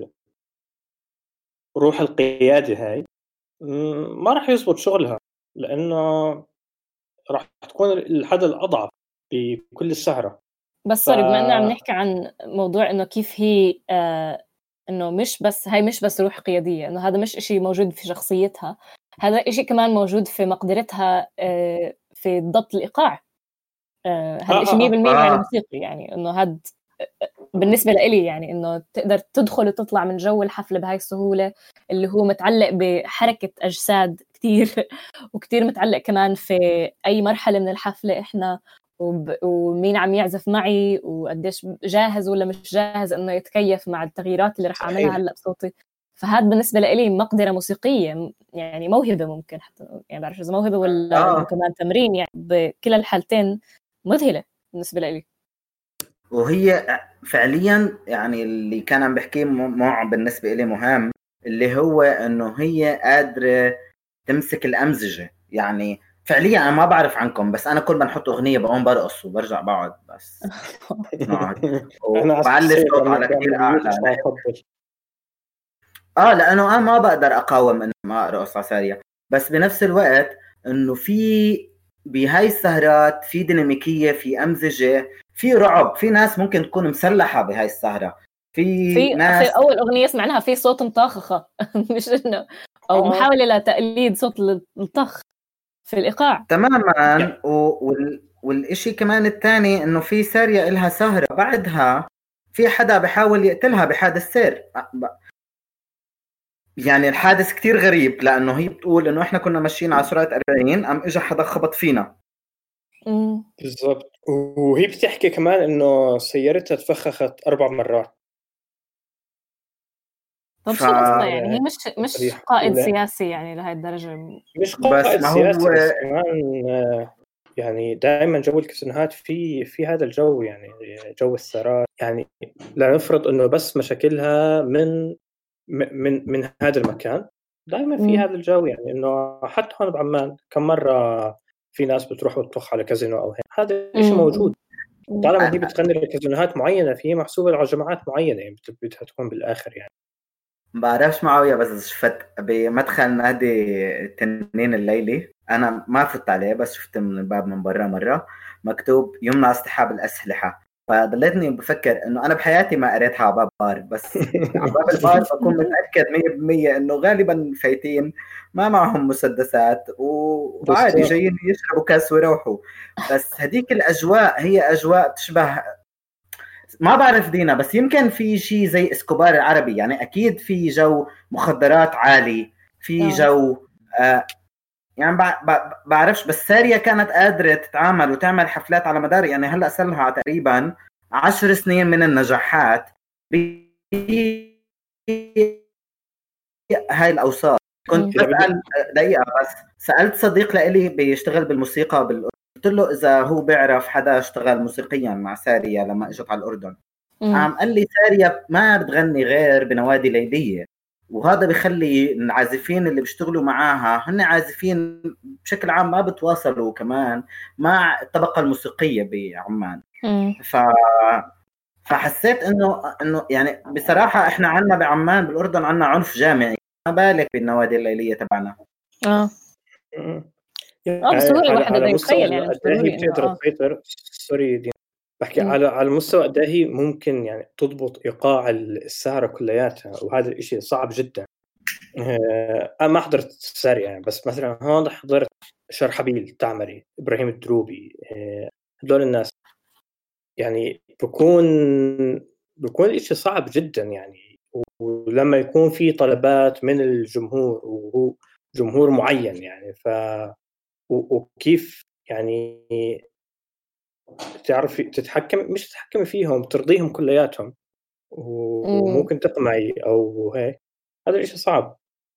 روح القيادة هاي ما راح يزبط شغلها، لانه راح تكون الحد الاضعف بكل السهرة. بس سوري، بما اننا عم نحكي عن موضوع انه كيف هي انه مش بس روح قيادية، انه هذا مش اشي موجود في شخصيتها، هذا اشي كمان موجود في مقدرتها في ضبط الايقاع. هذا اشي 100% يعني موسيقي. يعني انه هذا بالنسبة لإلي يعني انه تقدر تدخل وتطلع من جو الحفلة بهاي السهولة، اللي هو متعلق بحركة اجساد كتير وكتير متعلق كمان في اي مرحلة من الحفلة احنا ومين عم يعزف معي وقديش جاهز ولا مش جاهز انه يتكيف مع التغييرات اللي رح اعملها هلا بصوتي. فهذا بالنسبه لي مقدره موسيقيه، يعني موهبه، ممكن حتى يعني بعرف اذا موهبه ولا كمان تمرين. يعني بكلا الحالتين مذهله بالنسبه لي. وهي فعليا يعني اللي كان عم بحكيه معه بالنسبه لي مهم، اللي هو انه هي قادره تمسك الامزجه. يعني فعليا انا ما بعرف عنكم، بس انا كل ما نحط اغنيه بقوم برقص وبرجع بقعد بس نقعد وبعلي الصوت على كثير اعلى. لانه انا ما بقدر اقاوم انه ما ارقص على سارية. بس بنفس الوقت انه في بهاي السهرات في ديناميكيه، في امزجه، في رعب، في ناس ممكن تكون مسلحه بهاي السهره، في ناس في اول اغنيه سمعناها في صوت مطخخه مش انه او محاوله لتقليد صوت الطخ في الايقاع تماما. والشيء كمان الثاني انه في سارية إلها سهرة بعدها في حدا بحاول يقتلها بحادث سير. يعني الحادث كتير غريب، لانه هي بتقول انه احنا كنا ماشيين على سرعة 40 قام اجى حدا خبط فينا. بالضبط. وهي بتحكي كمان انه سيارتها تفخخت 4 مرات. طب شو قصة؟ يعني هي مش قائد سياسي يعني لهي الدرجة. مش قائد سياسي بس كمان يعني دائما جو الكازينوهات في هذا الجو، يعني جو الثراء. يعني لا نفرض انه بس مشاكلها من هذا المكان، دائما في هذا الجو. يعني انه حتى هون بعمان كم مرة في ناس بتروح وتطخ على كازينو او هيك، هذا الشيء موجود. طالما هي بتغني لكازينوهات معينة فهي محسوبة على جماعات معينة، يعني بدها تكون بالاخر. يعني بعرفش معاوية، بس شفت بمدخل نادي تنين الليلي، أنا ما فت عليه بس شفت من الباب من برا مرة مكتوب يمنع اصطحاب الأسلحة. فضلتني بفكر إنه أنا بحياتي ما قريتها على باب بار، بس على باب البار بكون متأكد 100% إنه غالبا فايتين ما معهم مسدسات وعادي جايين يشربوا كاس ويروحوا. بس هديك الأجواء هي أجواء تشبه، ما بعرف دينا، بس يمكن في شيء زي اسكوبار العربي. يعني اكيد في جو مخدرات عالي، في جو يعني بعرفش. بس سارية كانت قادرة تتعامل وتعمل حفلات على مدار، يعني هلأ صار تقريبا 10 سنين من النجاحات هاي الأوصاف. كنت بسأل دقيقة بس، سألت صديق لإلي بيشتغل بالموسيقى قلت له إذا هو بيعرف حدا اشتغل موسيقيا مع سارية لما اجت على الأردن. قال لي سارية ما بتغني غير بنوادي ليلية، وهذا بيخلي العازفين اللي بيشتغلوا معاها هن عازفين بشكل عام ما بتواصلوا كمان مع الطبقة الموسيقية بعمان. فحسيت انه يعني بصراحة احنا عنا بعمان بالأردن عنا عنف جامعي، ما بالك بالنوادي الليلية تبعنا. بسهولة واحد بده مستوى يتخيل يعني مش قد إيه هي ضروري إنه بتقدر تسيطر. سوري دي بحكي مم. على مستوى قد إيه هي ممكن يعني تضبط إيقاع السهرة كلياتها، وهذا الإشي صعب جدا. أنا ما حضرت السهرة يعني، بس مثلا هون حضرت شرحبيل، تعمري، إبراهيم الدروبي، هدول الناس يعني بكون الإشي صعب جدا يعني. ولما يكون في طلبات من الجمهور وهو جمهور معين يعني وكيف يعني تعرفي مش تتحكمي فيهم، ترضيهم كلياتهم، وممكن تقمعي أو هيك، هذا الإشي صعب.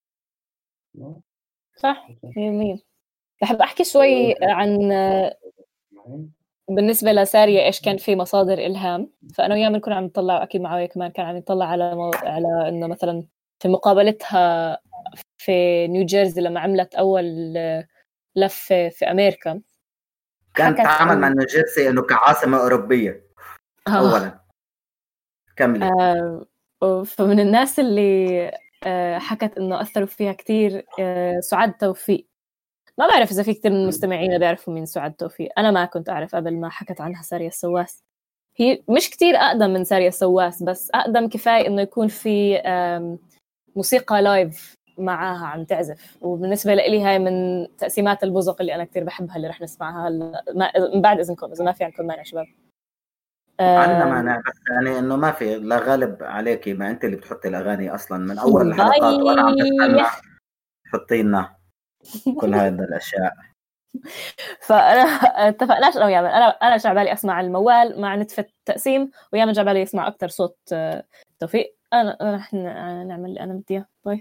صح 100%. بحب أحكي شوي عن بالنسبة لسارية إيش كان في مصادر إلهام. فأنا وياه بنكون عم نطلع، أكيد معاوية كمان كان عم يطلع على إنه مثلا في مقابلتها في نيوجيرسي لما عملت أول لفة في أمريكا كانت تعامل مع نيوجيرسي إنه كعاصمة أوروبية أولا كملي. فمن الناس اللي حكت إنه أثروا فيها كتير سعاد توفيق. ما بعرف إذا في كتير من المستمعين بيعرفوا مين سعاد توفيق. أنا ما كنت أعرف قبل ما حكت عنها سارية السواس. هي مش كتير أقدم من سارية السواس، بس أقدم كفاية إنه يكون في موسيقى لايف معاها عم تعزف. وبالنسبة لي هاي من تقسيمات البزق اللي أنا كتير بحبها، اللي رح نسمعها من بعد إذنكم، إذا ما في عندكم مانع شباب. عندنا مانع، بس يعني إنه ما في، لا غالب عليكي، ما أنت اللي بتحطي الأغاني أصلا من أول الحلقات وأنا عم بستنى حطي لنا كل هذا الأشياء. فأنا اتفقناش أنا ويامن، أنا شعبالي أسمع الموال مع نتفة تقسيم، ويامن جعبالي يسمع أكتر صوت توفيق. أنا رح نعمل اللي أنا بدي إياه. طيب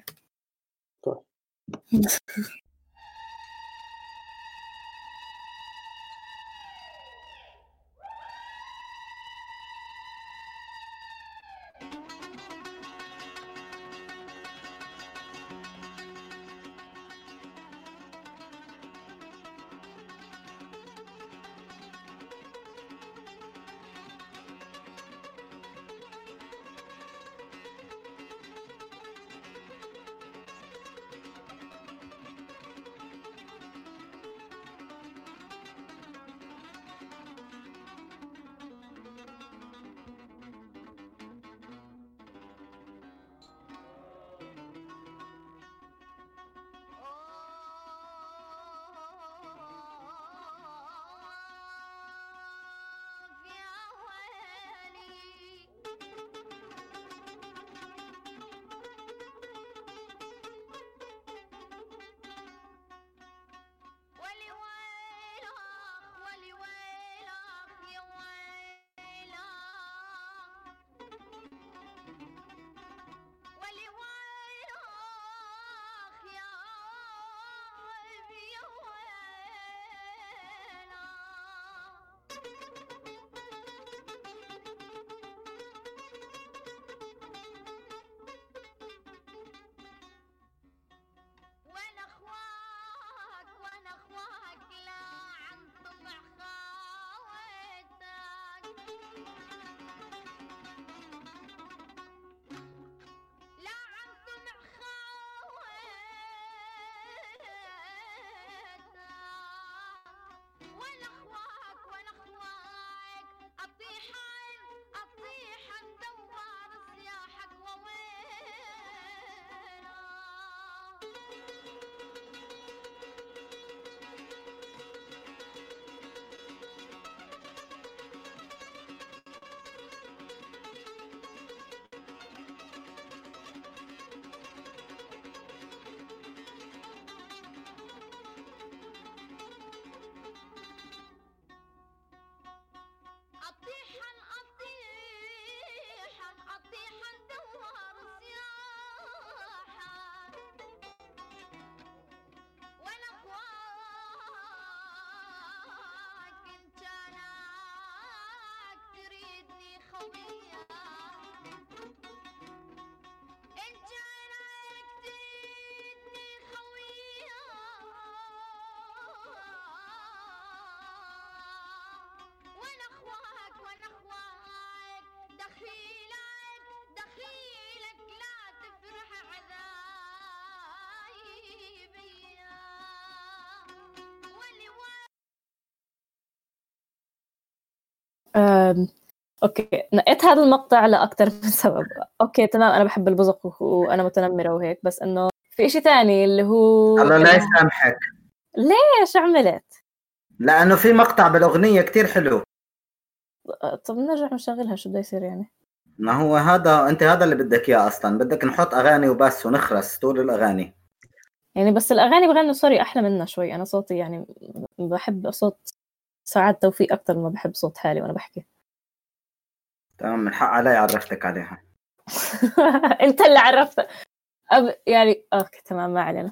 اوكي، نقيت هذا المقطع لاكثر من سبب. اوكي تمام، انا بحب البزق وانا متنمره وهيك، بس انه في إشي تاني اللي هو الله لا يسامحك. ليش عملت؟ لانه في مقطع بالاغنيه كتير حلو. طب نرجع نشغلها، شو بده يصير يعني؟ ما هو هذا انت هذا اللي بدك اياه اصلا، بدك نحط اغاني وبس ونخرس طول الاغاني. يعني بس الاغاني بغنوا سوري احلى منا شوي. انا صوتي يعني بحب صوت سعاد توفيق اكثر ما بحب صوت حالي وانا بحكي. تمام، من حق علي عرفتك عليها. انت اللي عرفت. يعني اوكي تمام، ما علينا.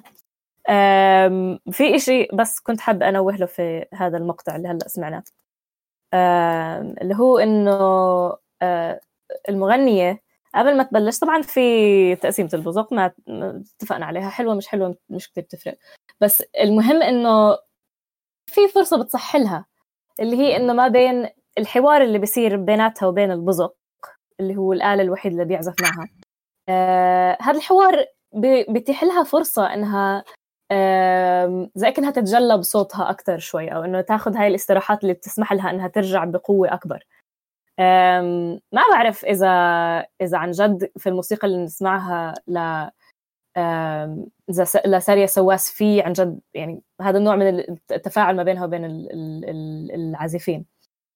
في إشي بس كنت حابة أنوه له في هذا المقطع اللي هلأ سمعناه، اللي هو إنه المغنية قبل ما تبلش، طبعا في تقسيمة البزق ما اتفقنا عليها، حلوة مش حلوة مش كتير بتفرق، بس المهم إنه في فرصة بتصح لها، اللي هي إنه ما بين الحوار اللي بيصير بيناتها وبين البزق اللي هو الآلة الوحيد اللي بيعزف معها، هذا الحوار بيتيح لها فرصة إنها زي كأنها تتجلى بصوتها أكتر شوي، أو إنه تاخد هاي الاستراحات اللي بتسمح لها إنها ترجع بقوة أكبر. ما بعرف إذا عن جد في الموسيقى اللي نسمعها لسارية سواس في عن جد يعني هذا النوع من التفاعل ما بينها وبين العازفين،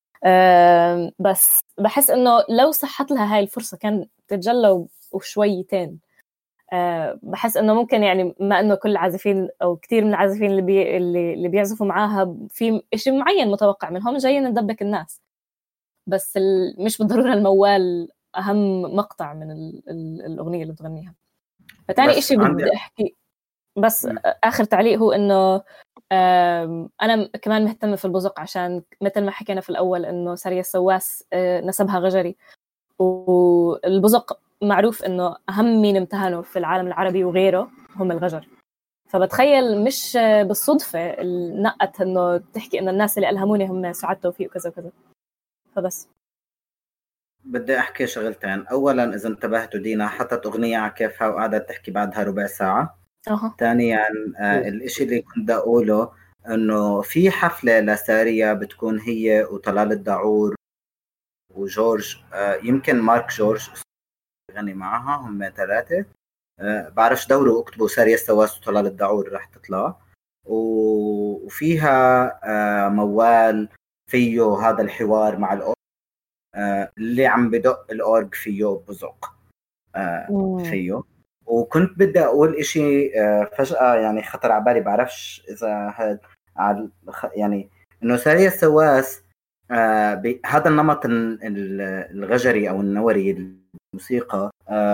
بس بحس إنه لو صحت لها هاي الفرصة كان تتجلى وشويتين. بحس انه ممكن يعني ما انه كل العازفين او كثير من العازفين اللي بيعزفوا معاها في شيء معين متوقع منهم، جايين ندبك الناس، بس مش بالضروره الموال اهم مقطع من الاغنيه اللي بتغنيها. فتاني شيء بدي احكي بس اخر تعليق هو انه انا كمان مهتمه في البزق، عشان مثل ما حكينا في الاول انه سارية سواس نسبها غجري، والبزق معروف إنه أهم مين امتهنوا في العالم العربي وغيره هم الغجر. فبتخيل مش بالصدفة نقت إنه تحكي إنه الناس اللي ألهموني هم سعاد توفيق وكذا وكذا. فبس بدي أحكي شغلتين. أولا إذا انتبهتوا دينا حطت أغنية على كيفها وقعدت تحكي بعدها ربع ساعة. ثانيا الإشي اللي كنت أقوله إنه في حفلة لسارية بتكون هي وطلال الداعور وجورج، يمكن مارك جورج غني معها، هم ثلاثة. بعرفش دوروا اكتبوا سارية سواس وطلال الداعور رح تطلع. وفيها موال فيه هذا الحوار مع الأورج، اللي عم بدق الأورج فيه بزق فيه. وكنت بدي أقول إشي فجأة يعني خطر على بالي، بعرفش إذا يعني إنه سارية سواس هذا النمط الغجري أو النوري الموسيقى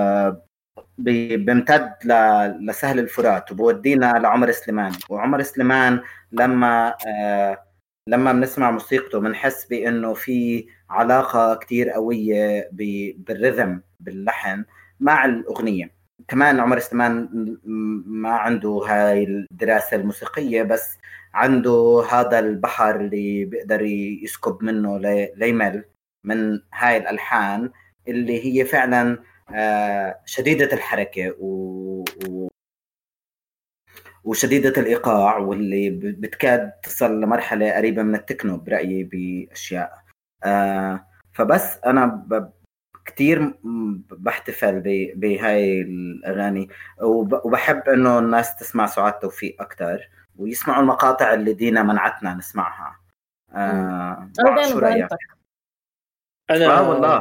بيمتد لسهل الفرات وبودينا لعمر سليمان. وعمر سليمان لما بنسمع موسيقته بنحس بأنه في علاقة كتير قوية بالرhythm باللحن مع الأغنية. كمان عمر سليمان ما عنده هاي الدراسة الموسيقية، بس عنده هذا البحر اللي بيقدر يسكب منه ليمل من هاي الألحان اللي هي فعلا شديدة الحركة وشديدة الإيقاع، واللي بتكاد تصل لمرحلة قريبة من التكنو برأيي بأشياء. فبس أنا كتير بحتفل بهاي الأغاني، وبحب إنه الناس تسمع سعاد توفيق أكتر ويسمعوا المقاطع اللي دينا منعتنا نسمعها. شو رأيك؟ أنا والله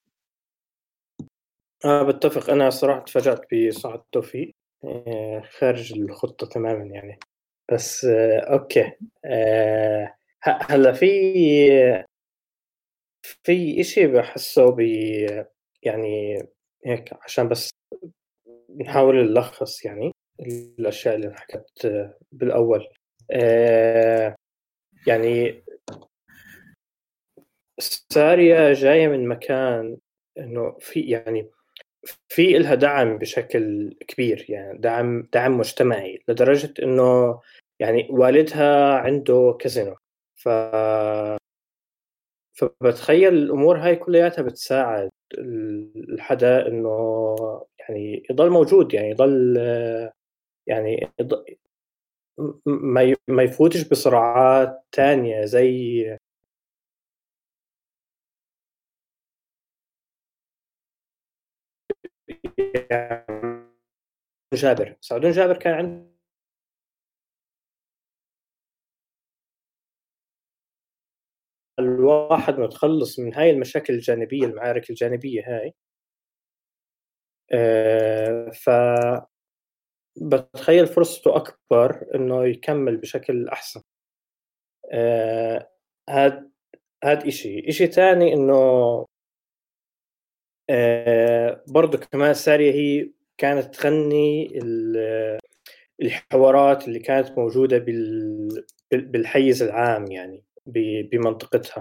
بتفق. أنا صراحة تفاجأت بسعاد توفيق خارج الخطة تماما يعني. بس أوكي، هلا في إشي بحسه يعني هيك عشان بس نحاول نلخص يعني الأشياء اللي حكت بالأول. يعني سارية جاية من مكان إنه في إلها دعم بشكل كبير، يعني دعم مجتمعي، لدرجة إنه يعني والدها عنده كازينو. فبتخيل الأمور هاي كلياتها بتساعد الحدا إنه يعني يضل موجود، يعني ما يفوتش بصراعات تانية زي جابر. سعدون جابر كان عنده الواحد متخلص من هاي المشاكل الجانبية، المعارك الجانبية هاي. ف بتخيل فرصته أكبر إنه يكمل بشكل أحسن. هاد إشي تاني، إنه برضو كمان سارية هي كانت تغني الحوارات اللي كانت موجودة بالحيز العام، يعني بمنطقتها.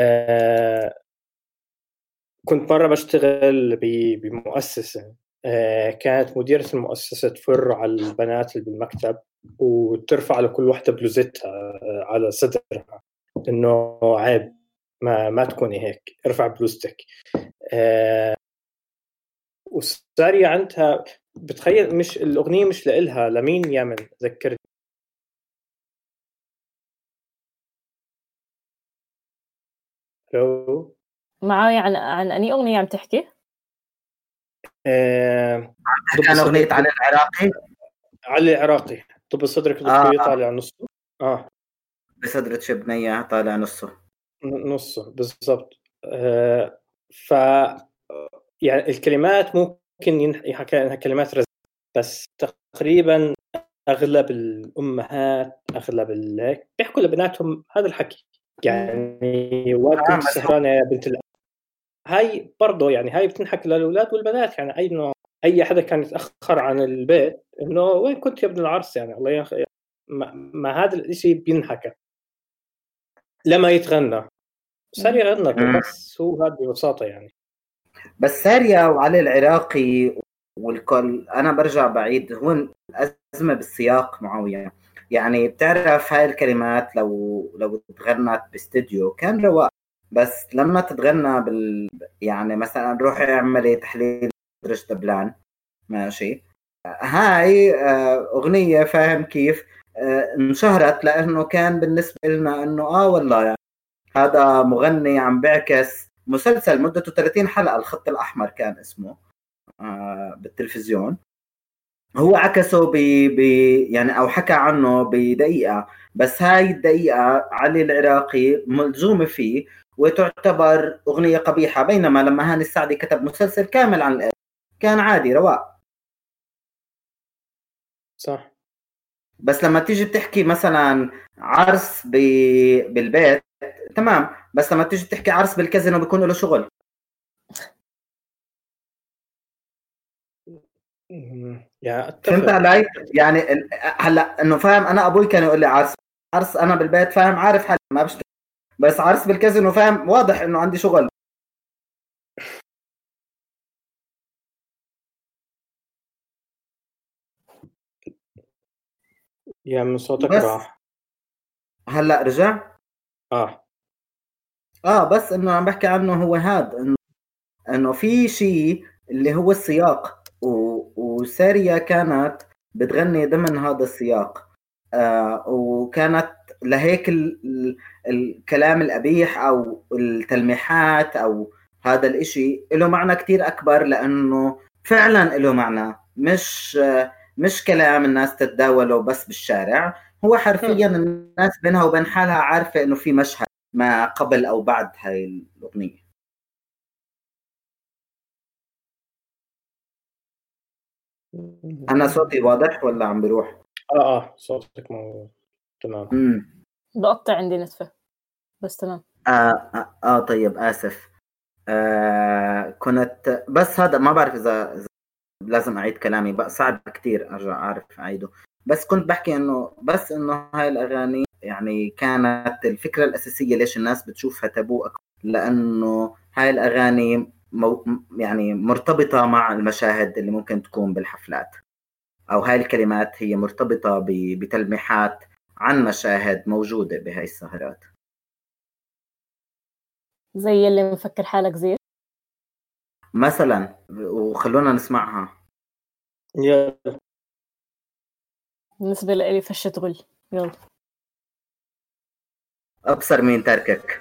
كنت مرة بشتغل بمؤسسة، كانت مديرة المؤسسة تفر على البنات اللي بالمكتب وترفع لكل واحدة بلوزتها على صدرها، إنه عيب ما تكوني هيك، ارفع بلوزتك. وسارية عندها، بتخيل مش الأغنية مش لإلها، لمين يمن ذكرني. لو معاي عن أني أغنية عم تحكي؟ كان أغنية علي العراقي. علي العراقي طب صدرك الدكتور طالع نصه. بصدرة شبنية طالع نصه بالضبط. ف يعني الكلمات ممكن ينحكى انها كلمات رزق، بس تقريبا اغلب الامهات اغلب هيك بيحكوا لبناتهم هذا الحكي، يعني وقت كنت سهرانه يا بنت هاي برضه، يعني هاي بتنحكى للاولاد والبنات، يعني اي حدا كان يتاخر عن البيت انه وين كنت يا ابن العرس، يعني الله يخ... ما هذا الشيء بينحكى لما يتغنى. سارية غنت بس هو هذا ببساطة يعني. بس سارية وعلي العراقي والكل، أنا برجع بعيد، هو الأزمة بالسياق معاوية. يعني بتعرف هاي الكلمات لو تغنت باستديو كان رواق، بس لما تتغنى يعني مثلا روحي اعملي تحليل درجة دبلان، ماشي، هاي أغنية فاهم كيف انشهرت لأنه كان بالنسبة لنا أنه والله يعني هذا مغني عم بيعكس مسلسل مدته 30 حلقة، الخط الأحمر كان اسمه بالتلفزيون. هو عكسه يعني أو حكى عنه بدقيقة، بس هاي الدقيقة علي العراقي ملزومة فيه وتعتبر أغنية قبيحة، بينما لما هاني السعدي كتب مسلسل كامل عن الإرث كان عادي رواق. صح. بس لما تيجي بتحكي مثلا عرس بالبيت تمام، بس لما تيجي تحكي عرس بالكازينو بيكون له شغل. فهمت علي؟ يعني هلا انه فاهم، انا ابوي كان يقول لي عرس انا بالبيت فاهم عارف حالي ما بشتغل، بس عرس بالكازينو فاهم واضح انه عندي شغل. يا من صوتك راح. هلا رجع. بس انه عم بحكي عنه هو هذا، انه في شيء اللي هو السياق، وسارية كانت بتغني ضمن هذا السياق، وكانت لهيك الكلام القبيح او التلميحات او هذا الاشي له معنى كتير اكبر، لانه فعلا له معنى، مش كلام الناس تتداوله بس بالشارع، هو حرفيا الناس بينها وبين حالها عارفة انه في مشهد ما قبل او بعد هاي الاغنية. انا صوتي واضح ولا عم بروح؟ صوتك تمام. بقطع عندي نتفة بس تمام. طيب اسف. كنت بس هذا ما بعرف اذا لازم اعيد كلامي بقى، صعب كتير ارجع اعرف اعيده، بس كنت بحكي انه هاي الاغاني يعني كانت الفكرة الاساسية ليش الناس بتشوفها تابو اكثر، لانه هاي الاغاني يعني مرتبطة مع المشاهد اللي ممكن تكون بالحفلات، أو هاي الكلمات هي مرتبطة بتلميحات عن مشاهد موجودة بهاي السهرات، زي اللي مفكر حالك زير مثلا. وخلونا نسمعها. يلا. بالنسبة لي فشة غل. يلا. أبصر مين تركك.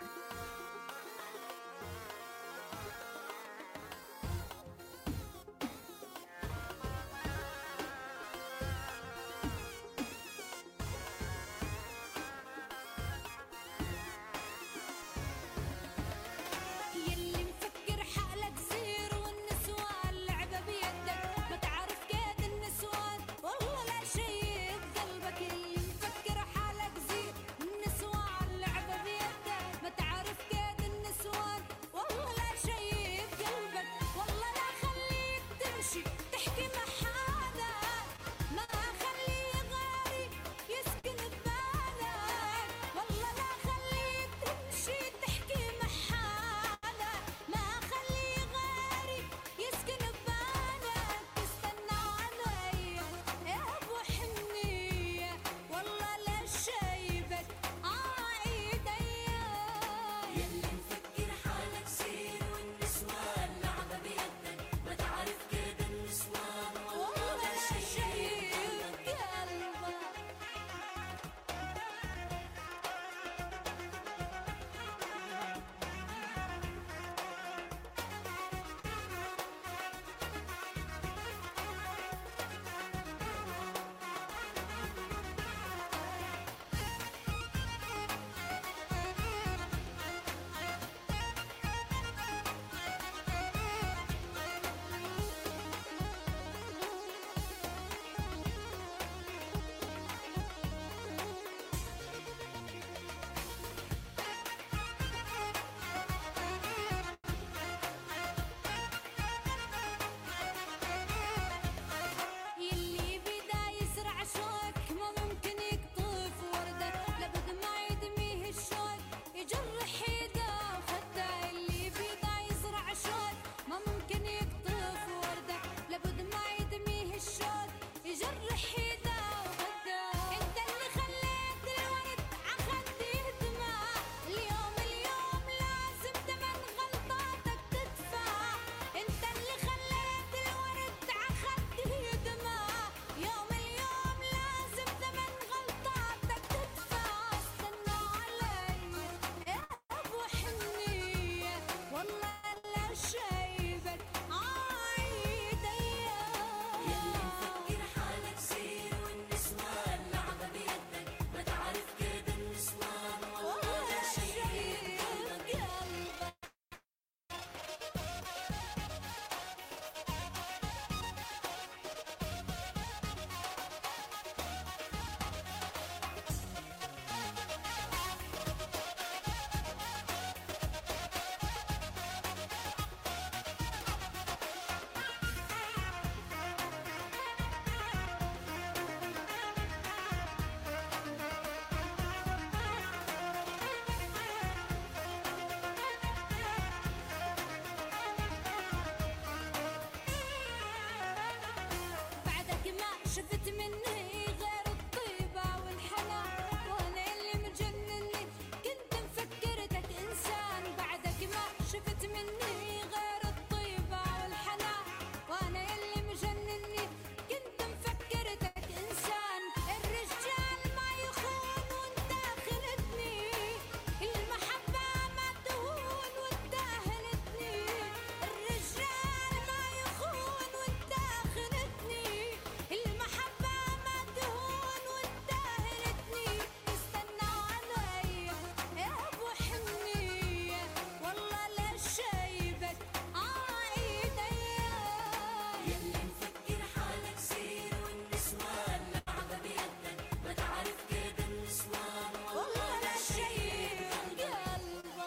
شفت مني غير الطيبة والحنان وانا اللي مجنني كنت مفكرتك انسان بعدك ما شفت مني غير الطيبة والحنان وانا اللي مجنني كنت مفكرتك انسان الرجال ما يخون وانت خلتني المحبة ما تهون وانت هلتني الرجال ما يخون وانت خلتني المحبة ما تهون وانت هلتني استنى علي يا ابو حنية والله لا شايبك ايدي يلي مفكر حالك سير والنسوان لعبة بيدك ما تعرف كيد النسوان والله لا شايب قلبك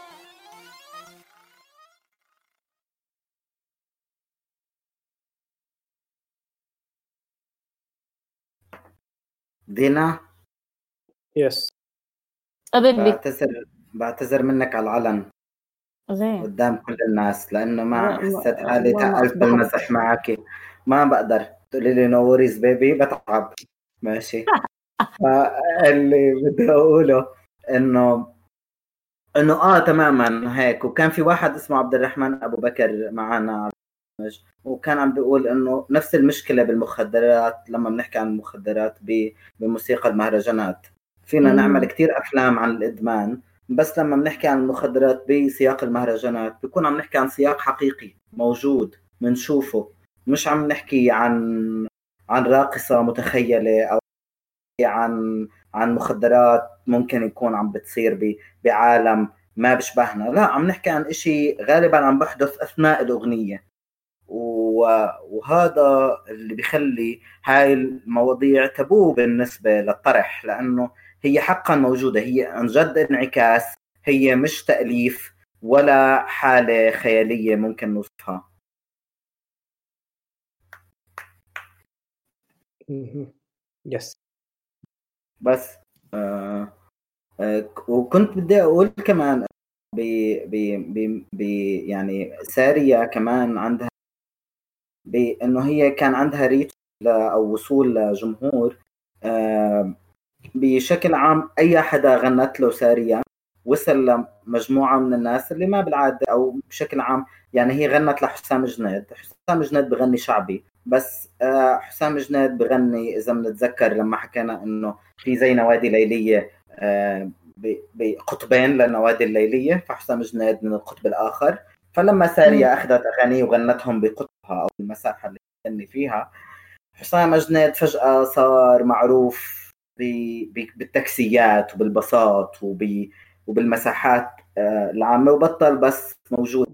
دينا يس قبل بعتذر منك على العلن زين قدام كل الناس، لانه ما حسيت حالي والله ما تقلت أصبحت بالمزح معك. ما بقدر تقولي لي نو وريز بيبي، بتعب. ماشي. فاللي بدي اقوله انه تماما هيك. وكان في واحد اسمه عبد الرحمن ابو بكر معنا على البرنامج، وكان عم بيقول انه نفس المشكله بالمخدرات. لما بنحكي عن المخدرات بموسيقى المهرجانات، فينا نعمل كتير افلام عن الادمان، بس لما بنحكي عن المخدرات بسياق المهرجانات بيكون عم نحكي عن سياق حقيقي موجود بنشوفه، مش عم نحكي عن راقصة متخيلة أو عن مخدرات ممكن يكون عم بتصير بعالم ما بشبهنا. لا، عم نحكي عن إشي غالبا عم بحدث أثناء الأغنية، وهذا اللي بيخلي هاي المواضيع تابو بالنسبة للطرح، لأنه هي حقا موجودة، هي عن جد انعكاس، هي مش تأليف ولا حالة خيالية ممكن نوصفها. يس. بس وكنت بدي أقول كمان يعني سارية كمان عندها بأنه هي كان عندها ريتش أو وصول لجمهور. بشكل عام أي حدا غنت له سارية وصل لمجموعة من الناس اللي ما بالعادة، أو بشكل عام يعني هي غنت لحسام جنيد. حسام جنيد بغني شعبي، بس حسام جنيد بغني، إذا بنتذكر لما حكينا إنه في زي نوادي ليلية بقطبين للنوادي الليلية، فحسام جنيد من القطب الآخر. فلما سارية أخذت أغاني وغنتهم بقطبها أو المساحة اللي تغني فيها، حسام جنيد فجأة صار معروف بالتاكسيات وبالبساط وبالمساحات العامة، وبطل بس موجود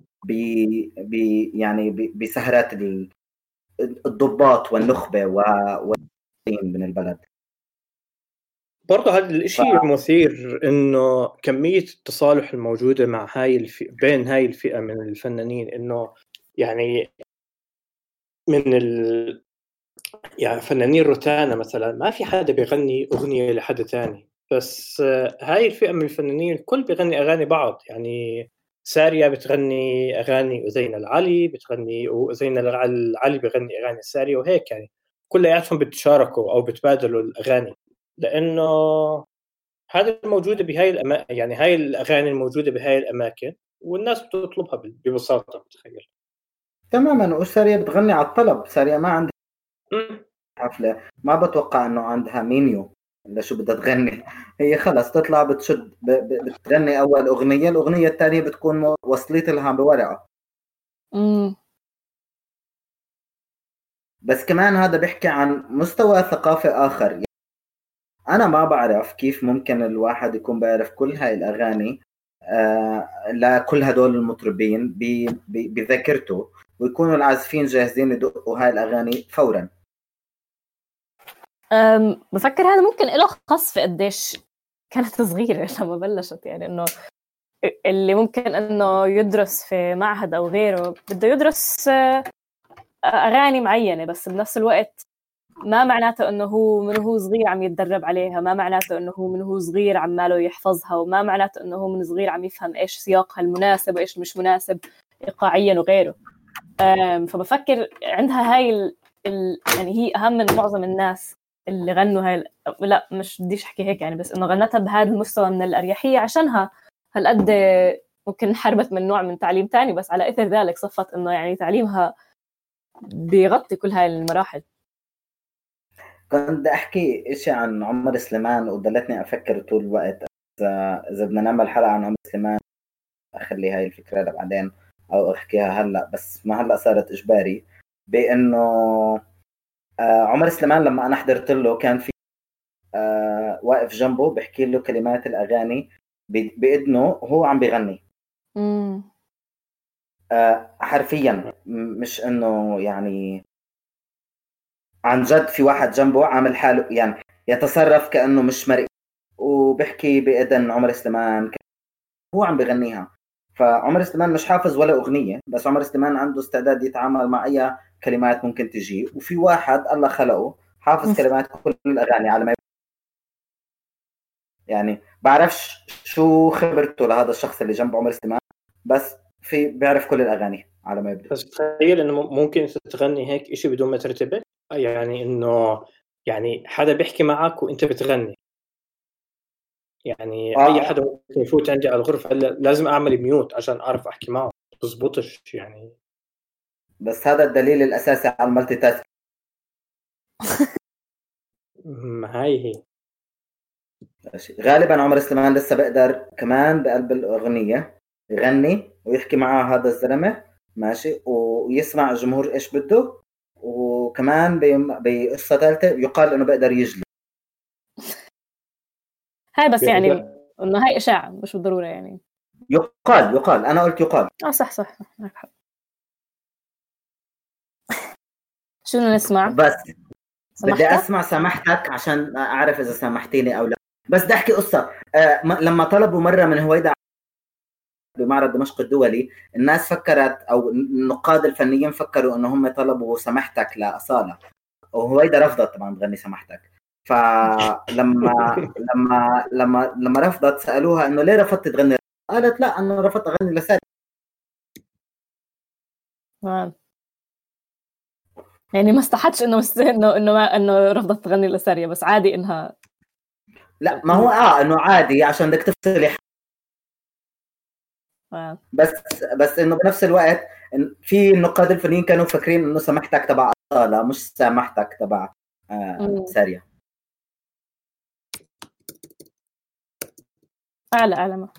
يعني بسهرات الضباط والنخبة من البلد. برضه هذا الشيء مثير، انه كميه التصالح الموجوده مع بين هاي الفئه من الفنانين، انه يعني من يعني فنانين روتانا مثلا ما في حدا بيغني اغنيه لحد ثاني، بس هاي الفئه من الفنانين الكل بيغني اغاني بعض. يعني سارية بتغني اغاني أذينة العلي، بتغني وأذينة العلي بيغني اغاني سارية، وهيك يعني كلياتهم بتشاركوا او بتبادلوا الاغاني، لانه هذا الموجوده بهاي يعني هاي الاغاني الموجوده بهاي الاماكن والناس بتطلبها ببساطه. بتخيل تماما. وسارية بتغني على الطلب. سارية ما عندها حفلة، ما بتوقع انه عندها مينيو ولا شو بدها تغني. هي خلص تطلع بتشد بتغني اول اغنية، الاغنية الثانية بتكون وصلت لها بورقة. بس كمان هذا بيحكي عن مستوى ثقافي اخر. يعني انا ما بعرف كيف ممكن الواحد يكون بيعرف كل هاي الاغاني لكل هدول المطربين بذاكرته، ويكونوا العازفين جاهزين يدقوا هاي الاغاني فورا. بفكر هذا ممكن له خص في قديش كانت صغيرة لما بلشت، يعني إنه اللي ممكن إنه يدرس في معهد أو غيره بده يدرس أغاني معينة، بس بنفس الوقت ما معناته إنه هو من هو صغير عم يتدرب عليها، ما معناته إنه هو من هو صغير عماله يحفظها، وما معناته إنه هو من صغير عم يفهم إيش سياقها المناسب وإيش مش مناسب إيقاعيا وغيره. فبفكر عندها هاي يعني هي أهم من معظم الناس اللي غنوا هاي لا مش بديش احكي هيك يعني، بس انه غنتها بهذا المستوى من الاريحيه عشانها هالقد ممكن انحربت من نوع من تعليم تاني، بس على اثر ذلك صفت انه يعني تعليمها بيغطي كل هاي المراحل. كنت بدي احكي اشي عن عمر سليمان وضلتني افكر طول الوقت اذا بدنا نعمل حلقه عن عمر سليمان اخلي هاي الفكره لبعدين او احكيها هلا، بس ما هلا صارت اجباري. بانه عمر سليمان لما انا حضرت له كان في واقف جنبه بحكي له كلمات الاغاني باذنه وهو عم بيغني. حرفيا مش انه يعني عن جد في واحد جنبه عامل حاله يعني يتصرف كانه مش مرئي وبحكي باذن عمر سليمان هو عم بغنيها. فعمر سليمان مش حافظ ولا اغنيه، بس عمر سليمان عنده استعداد يتعامل مع اي كلمات ممكن تجي، وفي واحد الله خلقه حافظ كلمات كل الاغاني على ما يعني بعرفش شو خبرته لهذا الشخص اللي جنب عمر سليمان، بس في بيعرف كل الاغاني على ما يبدو. بس تخيل انه ممكن تغني هيك إشي بدون ما ترتبط، يعني انه يعني حدا بيحكي معك وانت بتغني، يعني اي حدا ممكن يفوت عندي على الغرفه لازم اعمل ميوت عشان اعرف احكي معه، بزبطش يعني. بس هذا الدليل الاساسي على المالتي تاسك. هاي هي غالبا عمر سليمان لسه بقدر كمان بقلب الاغنيه يغني ويحكي معاه هذا الزلمه ماشي ويسمع الجمهور ايش بده، وكمان بقصه ثالثه يقال انه بقدر يجلي. هاي بس يعني انه هاي اشاعه مش بالضروره يعني. يقال انا قلت يقال. صح معك حق. شو نسمع؟ بس سمحتك؟ بدي اسمع سمحتك عشان اعرف اذا سامحتيني او لا. بس بدي احكي قصه. لما طلبوا مره من هويدا بمعرض دمشق الدولي، الناس فكرت او النقاد الفنيين فكروا انه هم طلبوا سمحتك لاصاله، وهويدا رفضت طبعا تغني سمحتك. فلما لما رفضت سالوها انه ليه رفضت تغني، قالت لا انا رفضت اغني لساري. يعني ما استحتش انه رفضت تغني لساريا، بس عادي انها لا ما هو انه عادي عشان بدك تفصلي. بس انه بنفس الوقت في النقاد الفنيين كانوا فاكرين انه سمحتك تبع اصاله مش سمحتك تبع ساريا. اعلى ما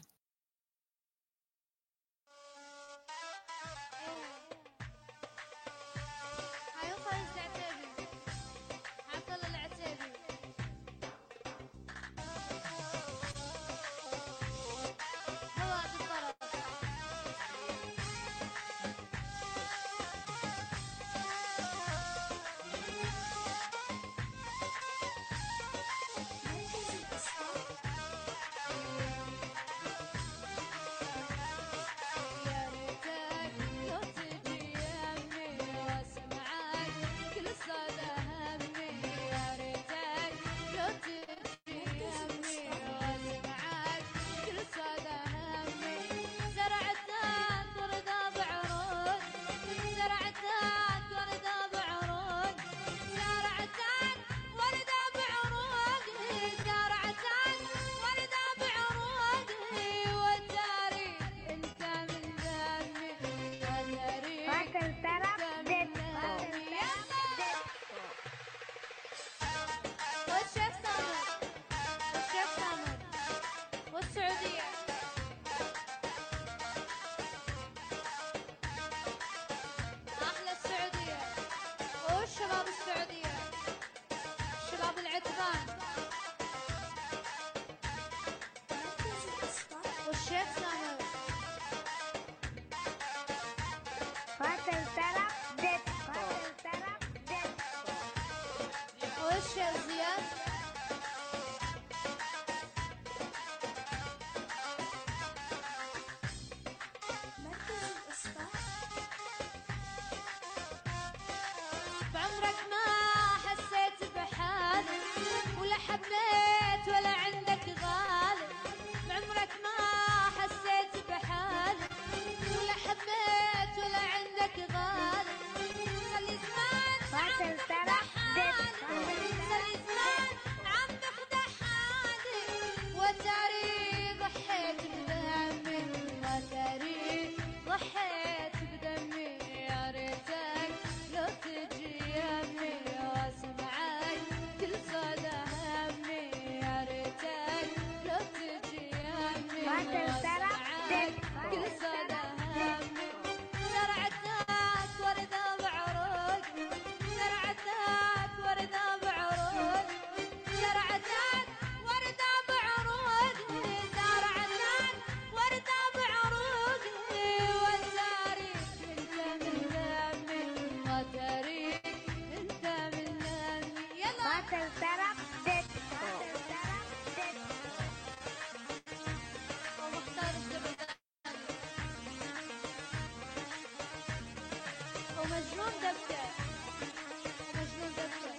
ومجنون دفتر مجنون دفتر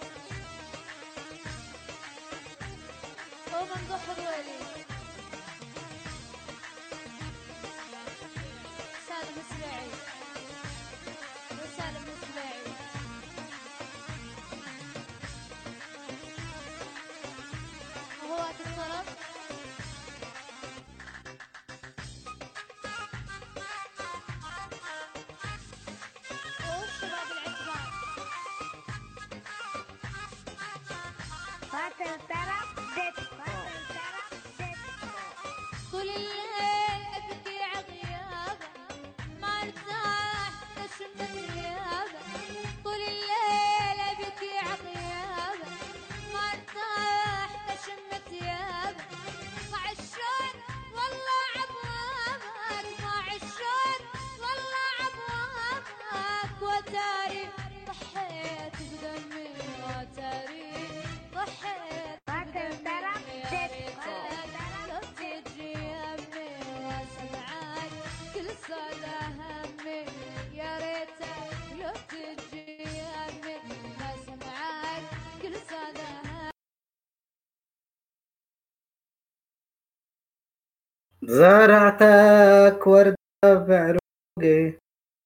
وممدوح الرويلي سالم السباعي وسالم السباعي وهو وقت الطلب والشباب العتبان طول الليل أبكي عغيابه ما ارتاح نشم ثيابه طول الليل أبكي عغيابه ما ارتاح نشم ثيابه مع الشوق والله عبوابك مع الشوق والله عبوابك وتاري ضحيت بدمي وتاري ضحيت بدمي يا ريتك لو تجي همي واسمعك كل صدى همي يا ريتك لو تجي همي واسمعك كل صدى همي زرعتك وردة بعروقي.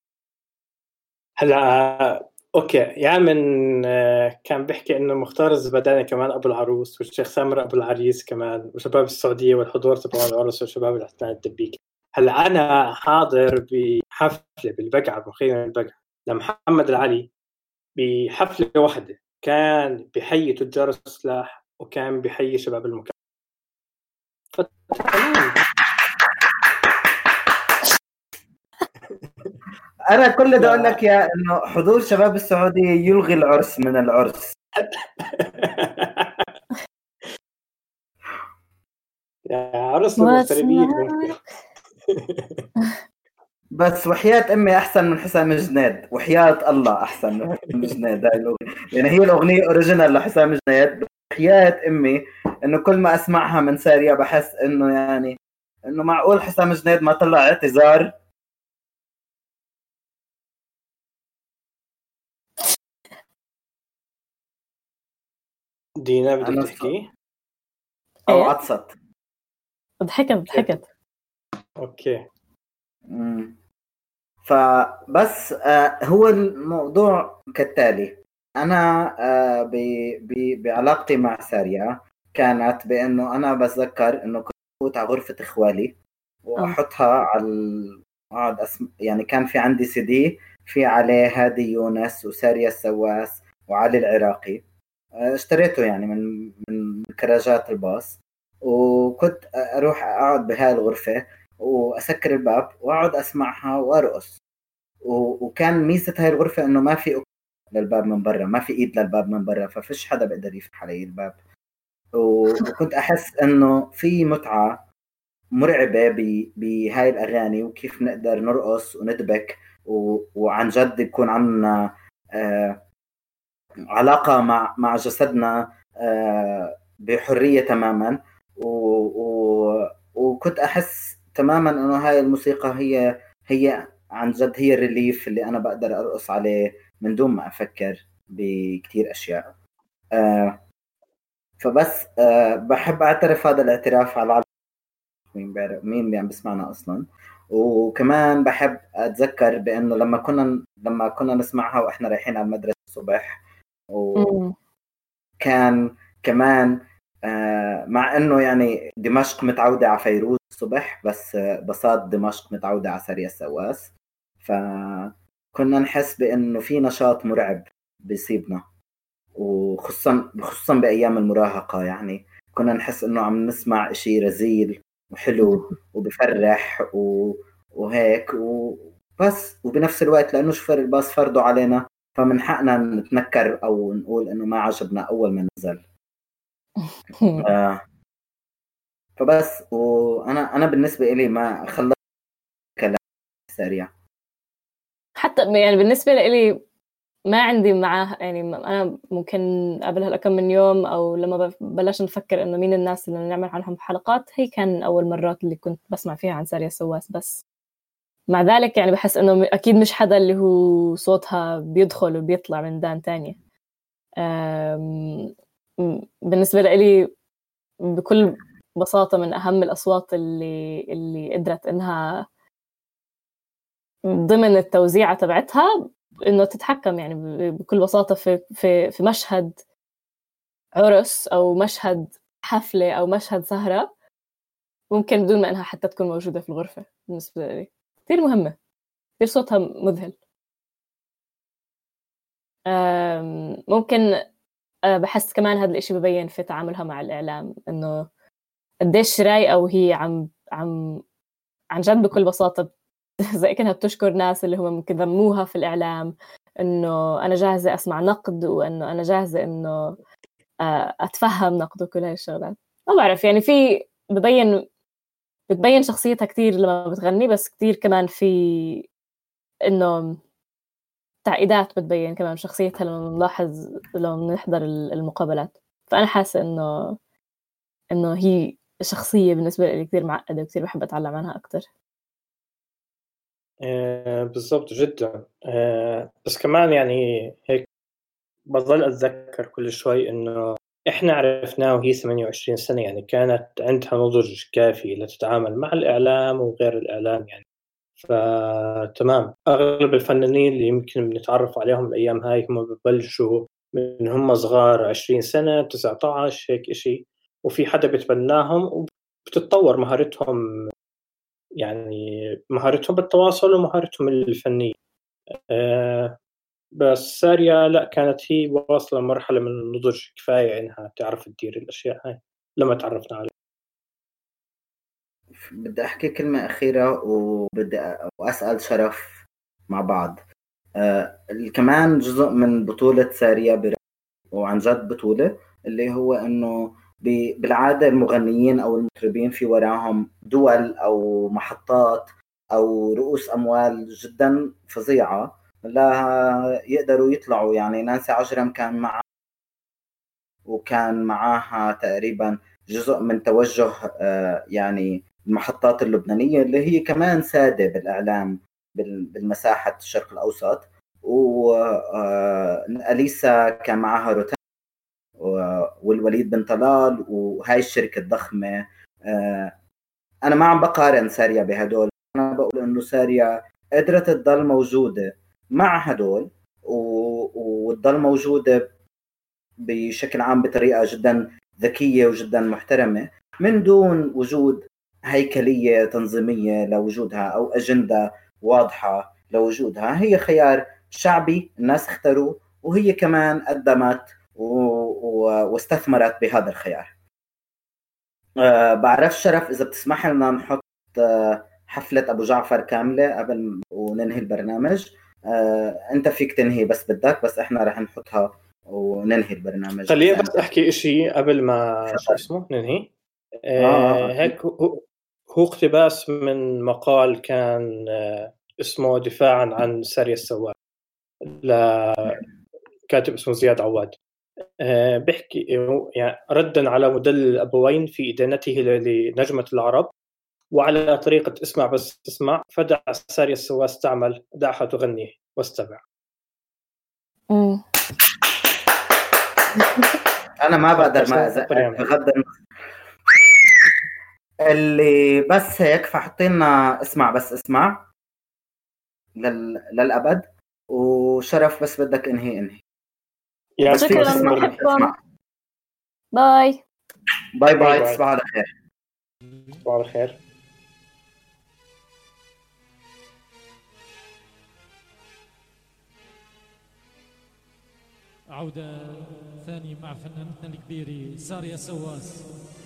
هلا اوكي يا من كان بيحكي انه مختار الزبداني كمان ابو العروس والشيخ سامر ابو العريس كمان وشباب السعوديه والحضور تبع العرس وشباب الاحتفال الدبيك. هلا انا حاضر بحفله بالبقعه بخيمه البقعه لمحمد العلي بحفله واحده كان بحيي تجار السلاح وكان بحيي شباب المكان. انا كل ده اقول لك يا انه حضور شباب السعوديه يلغي العرس من العرس. يا عرس مغتربين ممكن. بس وحياة امي احسن من حسام جنيد، وحياة الله احسن من حسام جنيد. هاي الاغنيه يعني هي الاغنيه اوريجينال لحسام جنيد. وحياة امي انه كل ما اسمعها من سارية بحس انه يعني انه معقول حسام جنيد ما طلع اعتذار. دينا بدك أنا تحكي او إيه؟ عطست. ضحكت اوكي. فبس هو الموضوع كالتالي. انا بعلاقتي مع ساريا كانت بانه انا بتذكر انه كنت أفوت على غرفه اخوالي واحطها على اقعد يعني كان في عندي سي دي في عليه هادي يونس وساريا السواس وعلي العراقي. اشتريته يعني من كراجات الباص، وكنت اروح اقعد بهاي الغرفه واسكر الباب واقعد اسمعها وارقص. وكان ميزه هاي الغرفه انه ما في للباب من برا، ما في ايد للباب من برا، ففيش حدا بيقدر يفتح علي الباب. وكنت احس انه في متعه مرعبه بهاي الاغاني وكيف نقدر نرقص وندبك وعن جد يكون عندنا علاقه مع جسدنا بحريه تماما. وكنت احس تماما انه هاي الموسيقى هي عن جد هي الريليف اللي انا بقدر ارقص عليه من دون ما افكر بكتير اشياء. فبس بحب اعترف هذا الاعتراف على مين عم بسمعنا اصلا. وكمان بحب اتذكر بانه لما كنا نسمعها واحنا رايحين على المدرسه الصبح، وكان كمان مع انه يعني دمشق متعوده على فيروز الصبح، بس بساط دمشق متعوده على سارية السواس، فكنا نحس بانه في نشاط مرعب بيصيبنا، وخصوصا بايام المراهقه. يعني كنا نحس انه عم نسمع اشي رزيل وحلو وبفرح وهيك وبس. وبنفس الوقت لانه شوفير الباص فرضوا علينا فمن حقنا نتنكر او نقول انه ما عجبنا اول ما نزل. فبس. وانا بالنسبه لي ما خلصت كلام سريع. حتى يعني بالنسبه لي ما عندي معاه، يعني انا ممكن قبل هالكم من يوم او لما بلشنا نفكر انه مين الناس اللي نعمل عنهم حلقات، هي كان اول مرات اللي كنت بسمع فيها عن سارية السواس. بس مع ذلك يعني بحس إنه أكيد مش حدا اللي هو صوتها بيدخل وبيطلع من دان تانية. بالنسبة لي بكل بساطة من أهم الأصوات اللي قدرت إنها ضمن التوزيعة تبعتها إنه تتحكم يعني بكل بساطة في مشهد عرس أو مشهد حفلة أو مشهد سهرة، ممكن بدون ما إنها حتى تكون موجودة في الغرفة. بالنسبة لي كتير مهمة، كتير صوتها مذهل. ممكن بحس كمان هذا الإشي ببين في تعاملها مع الإعلام، إنه قديش رايقة وهي عن جد بكل بساطة زي كأنها بتشكر ناس اللي هم ممكن ذموها في الإعلام، إنه أنا جاهزة أسمع نقد، وإنه أنا جاهزة إنه أتفهم نقد وكل هاي الشغلات. ما بعرف يعني بتبين شخصيتها كتير لما بتغني، بس كتير كمان في إنه تعقيدات بتبين كمان شخصيتها لما نحضر المقابلات. فأنا حاسة إنه هي شخصية بالنسبة لي كتير معقدة وكتير بحب أتعلم عنها أكتر. بالضبط جدا. بس كمان يعني هيك بضل أتذكر كل شوي إنه إحنا عرفناه وهي 28 سنة، يعني كانت عندها نضج كافي لتتعامل مع الإعلام وغير الإعلام يعني. فتمام، أغلب الفنانين اللي يمكن بنتعرف عليهم الأيام هاي هم ببلشوا من هم صغار 20 سنة 19 هيك إشي، وفي حدا بتبناهم وبتتطور مهارتهم، يعني مهارتهم بالتواصل ومهارتهم الفنية. بس ساريا لا، كانت هي واصلة لمرحلة من النضج كفاية إنها تعرف تدير الأشياء هاي لما تعرفنا عليها. بدي أحكي كلمة أخيرة وبدي أسأل شرف مع بعض. كمان جزء من بطولة ساريا وعن جد بطولة، اللي هو إنه بالعادة المغنيين أو المطربين في وراهم دول أو محطات أو رؤوس أموال جدا فظيعة لا يقدروا يطلعوا. يعني نانسي عجرم وكان معاها تقريبا جزء من توجه يعني المحطات اللبنانية اللي هي كمان سادة بالإعلام بالمساحة الشرق الأوسط. وأليسا كان معاها روتانا والوليد بن طلال وهاي الشركة الضخمة. أنا ما عم بقارن ساريا بهدول، أنا بقول إنه ساريا قدرت تضل موجودة مع هدول وتضل موجودة بشكل عام بطريقة جدا ذكية وجدا محترمة، من دون وجود هيكلية تنظيمية لوجودها أو أجندة واضحة لوجودها. هي خيار شعبي الناس اختاروه، وهي كمان قدمت واستثمرت بهذا الخيار. بعرف شرف إذا بتسمح لنا نحط حفلة أبو جعفر كاملة قبل وننهي البرنامج. أنت فيك تنهي بس بدك، بس إحنا رح نحطها وننهي البرنامج. خليني بس أحكي إشي قبل ما شو اسمه ننهي. هيك هو اقتباس من مقال كان اسمه دفاعا عن سارية السواق لكاتب اسمه زياد عواد. بيحكي يعني ردا على مدلل الأبوين في إدانته لنجمة العرب وعلى طريقة اسمع بس تسمع، فدع سارية السواق استعمل دعها تغني واستمع. أنا ما بقدر ما بغض اللي بس هيك، فحطي لنا اسمع بس اسمع للأبد. وشرف بس بدك انهي شكرا، بحبكم. باي باي باي، تصبحوا على خير. تصبحوا على خير. عودة ثانية مع فنانتنا الكبيرة سارية سواس.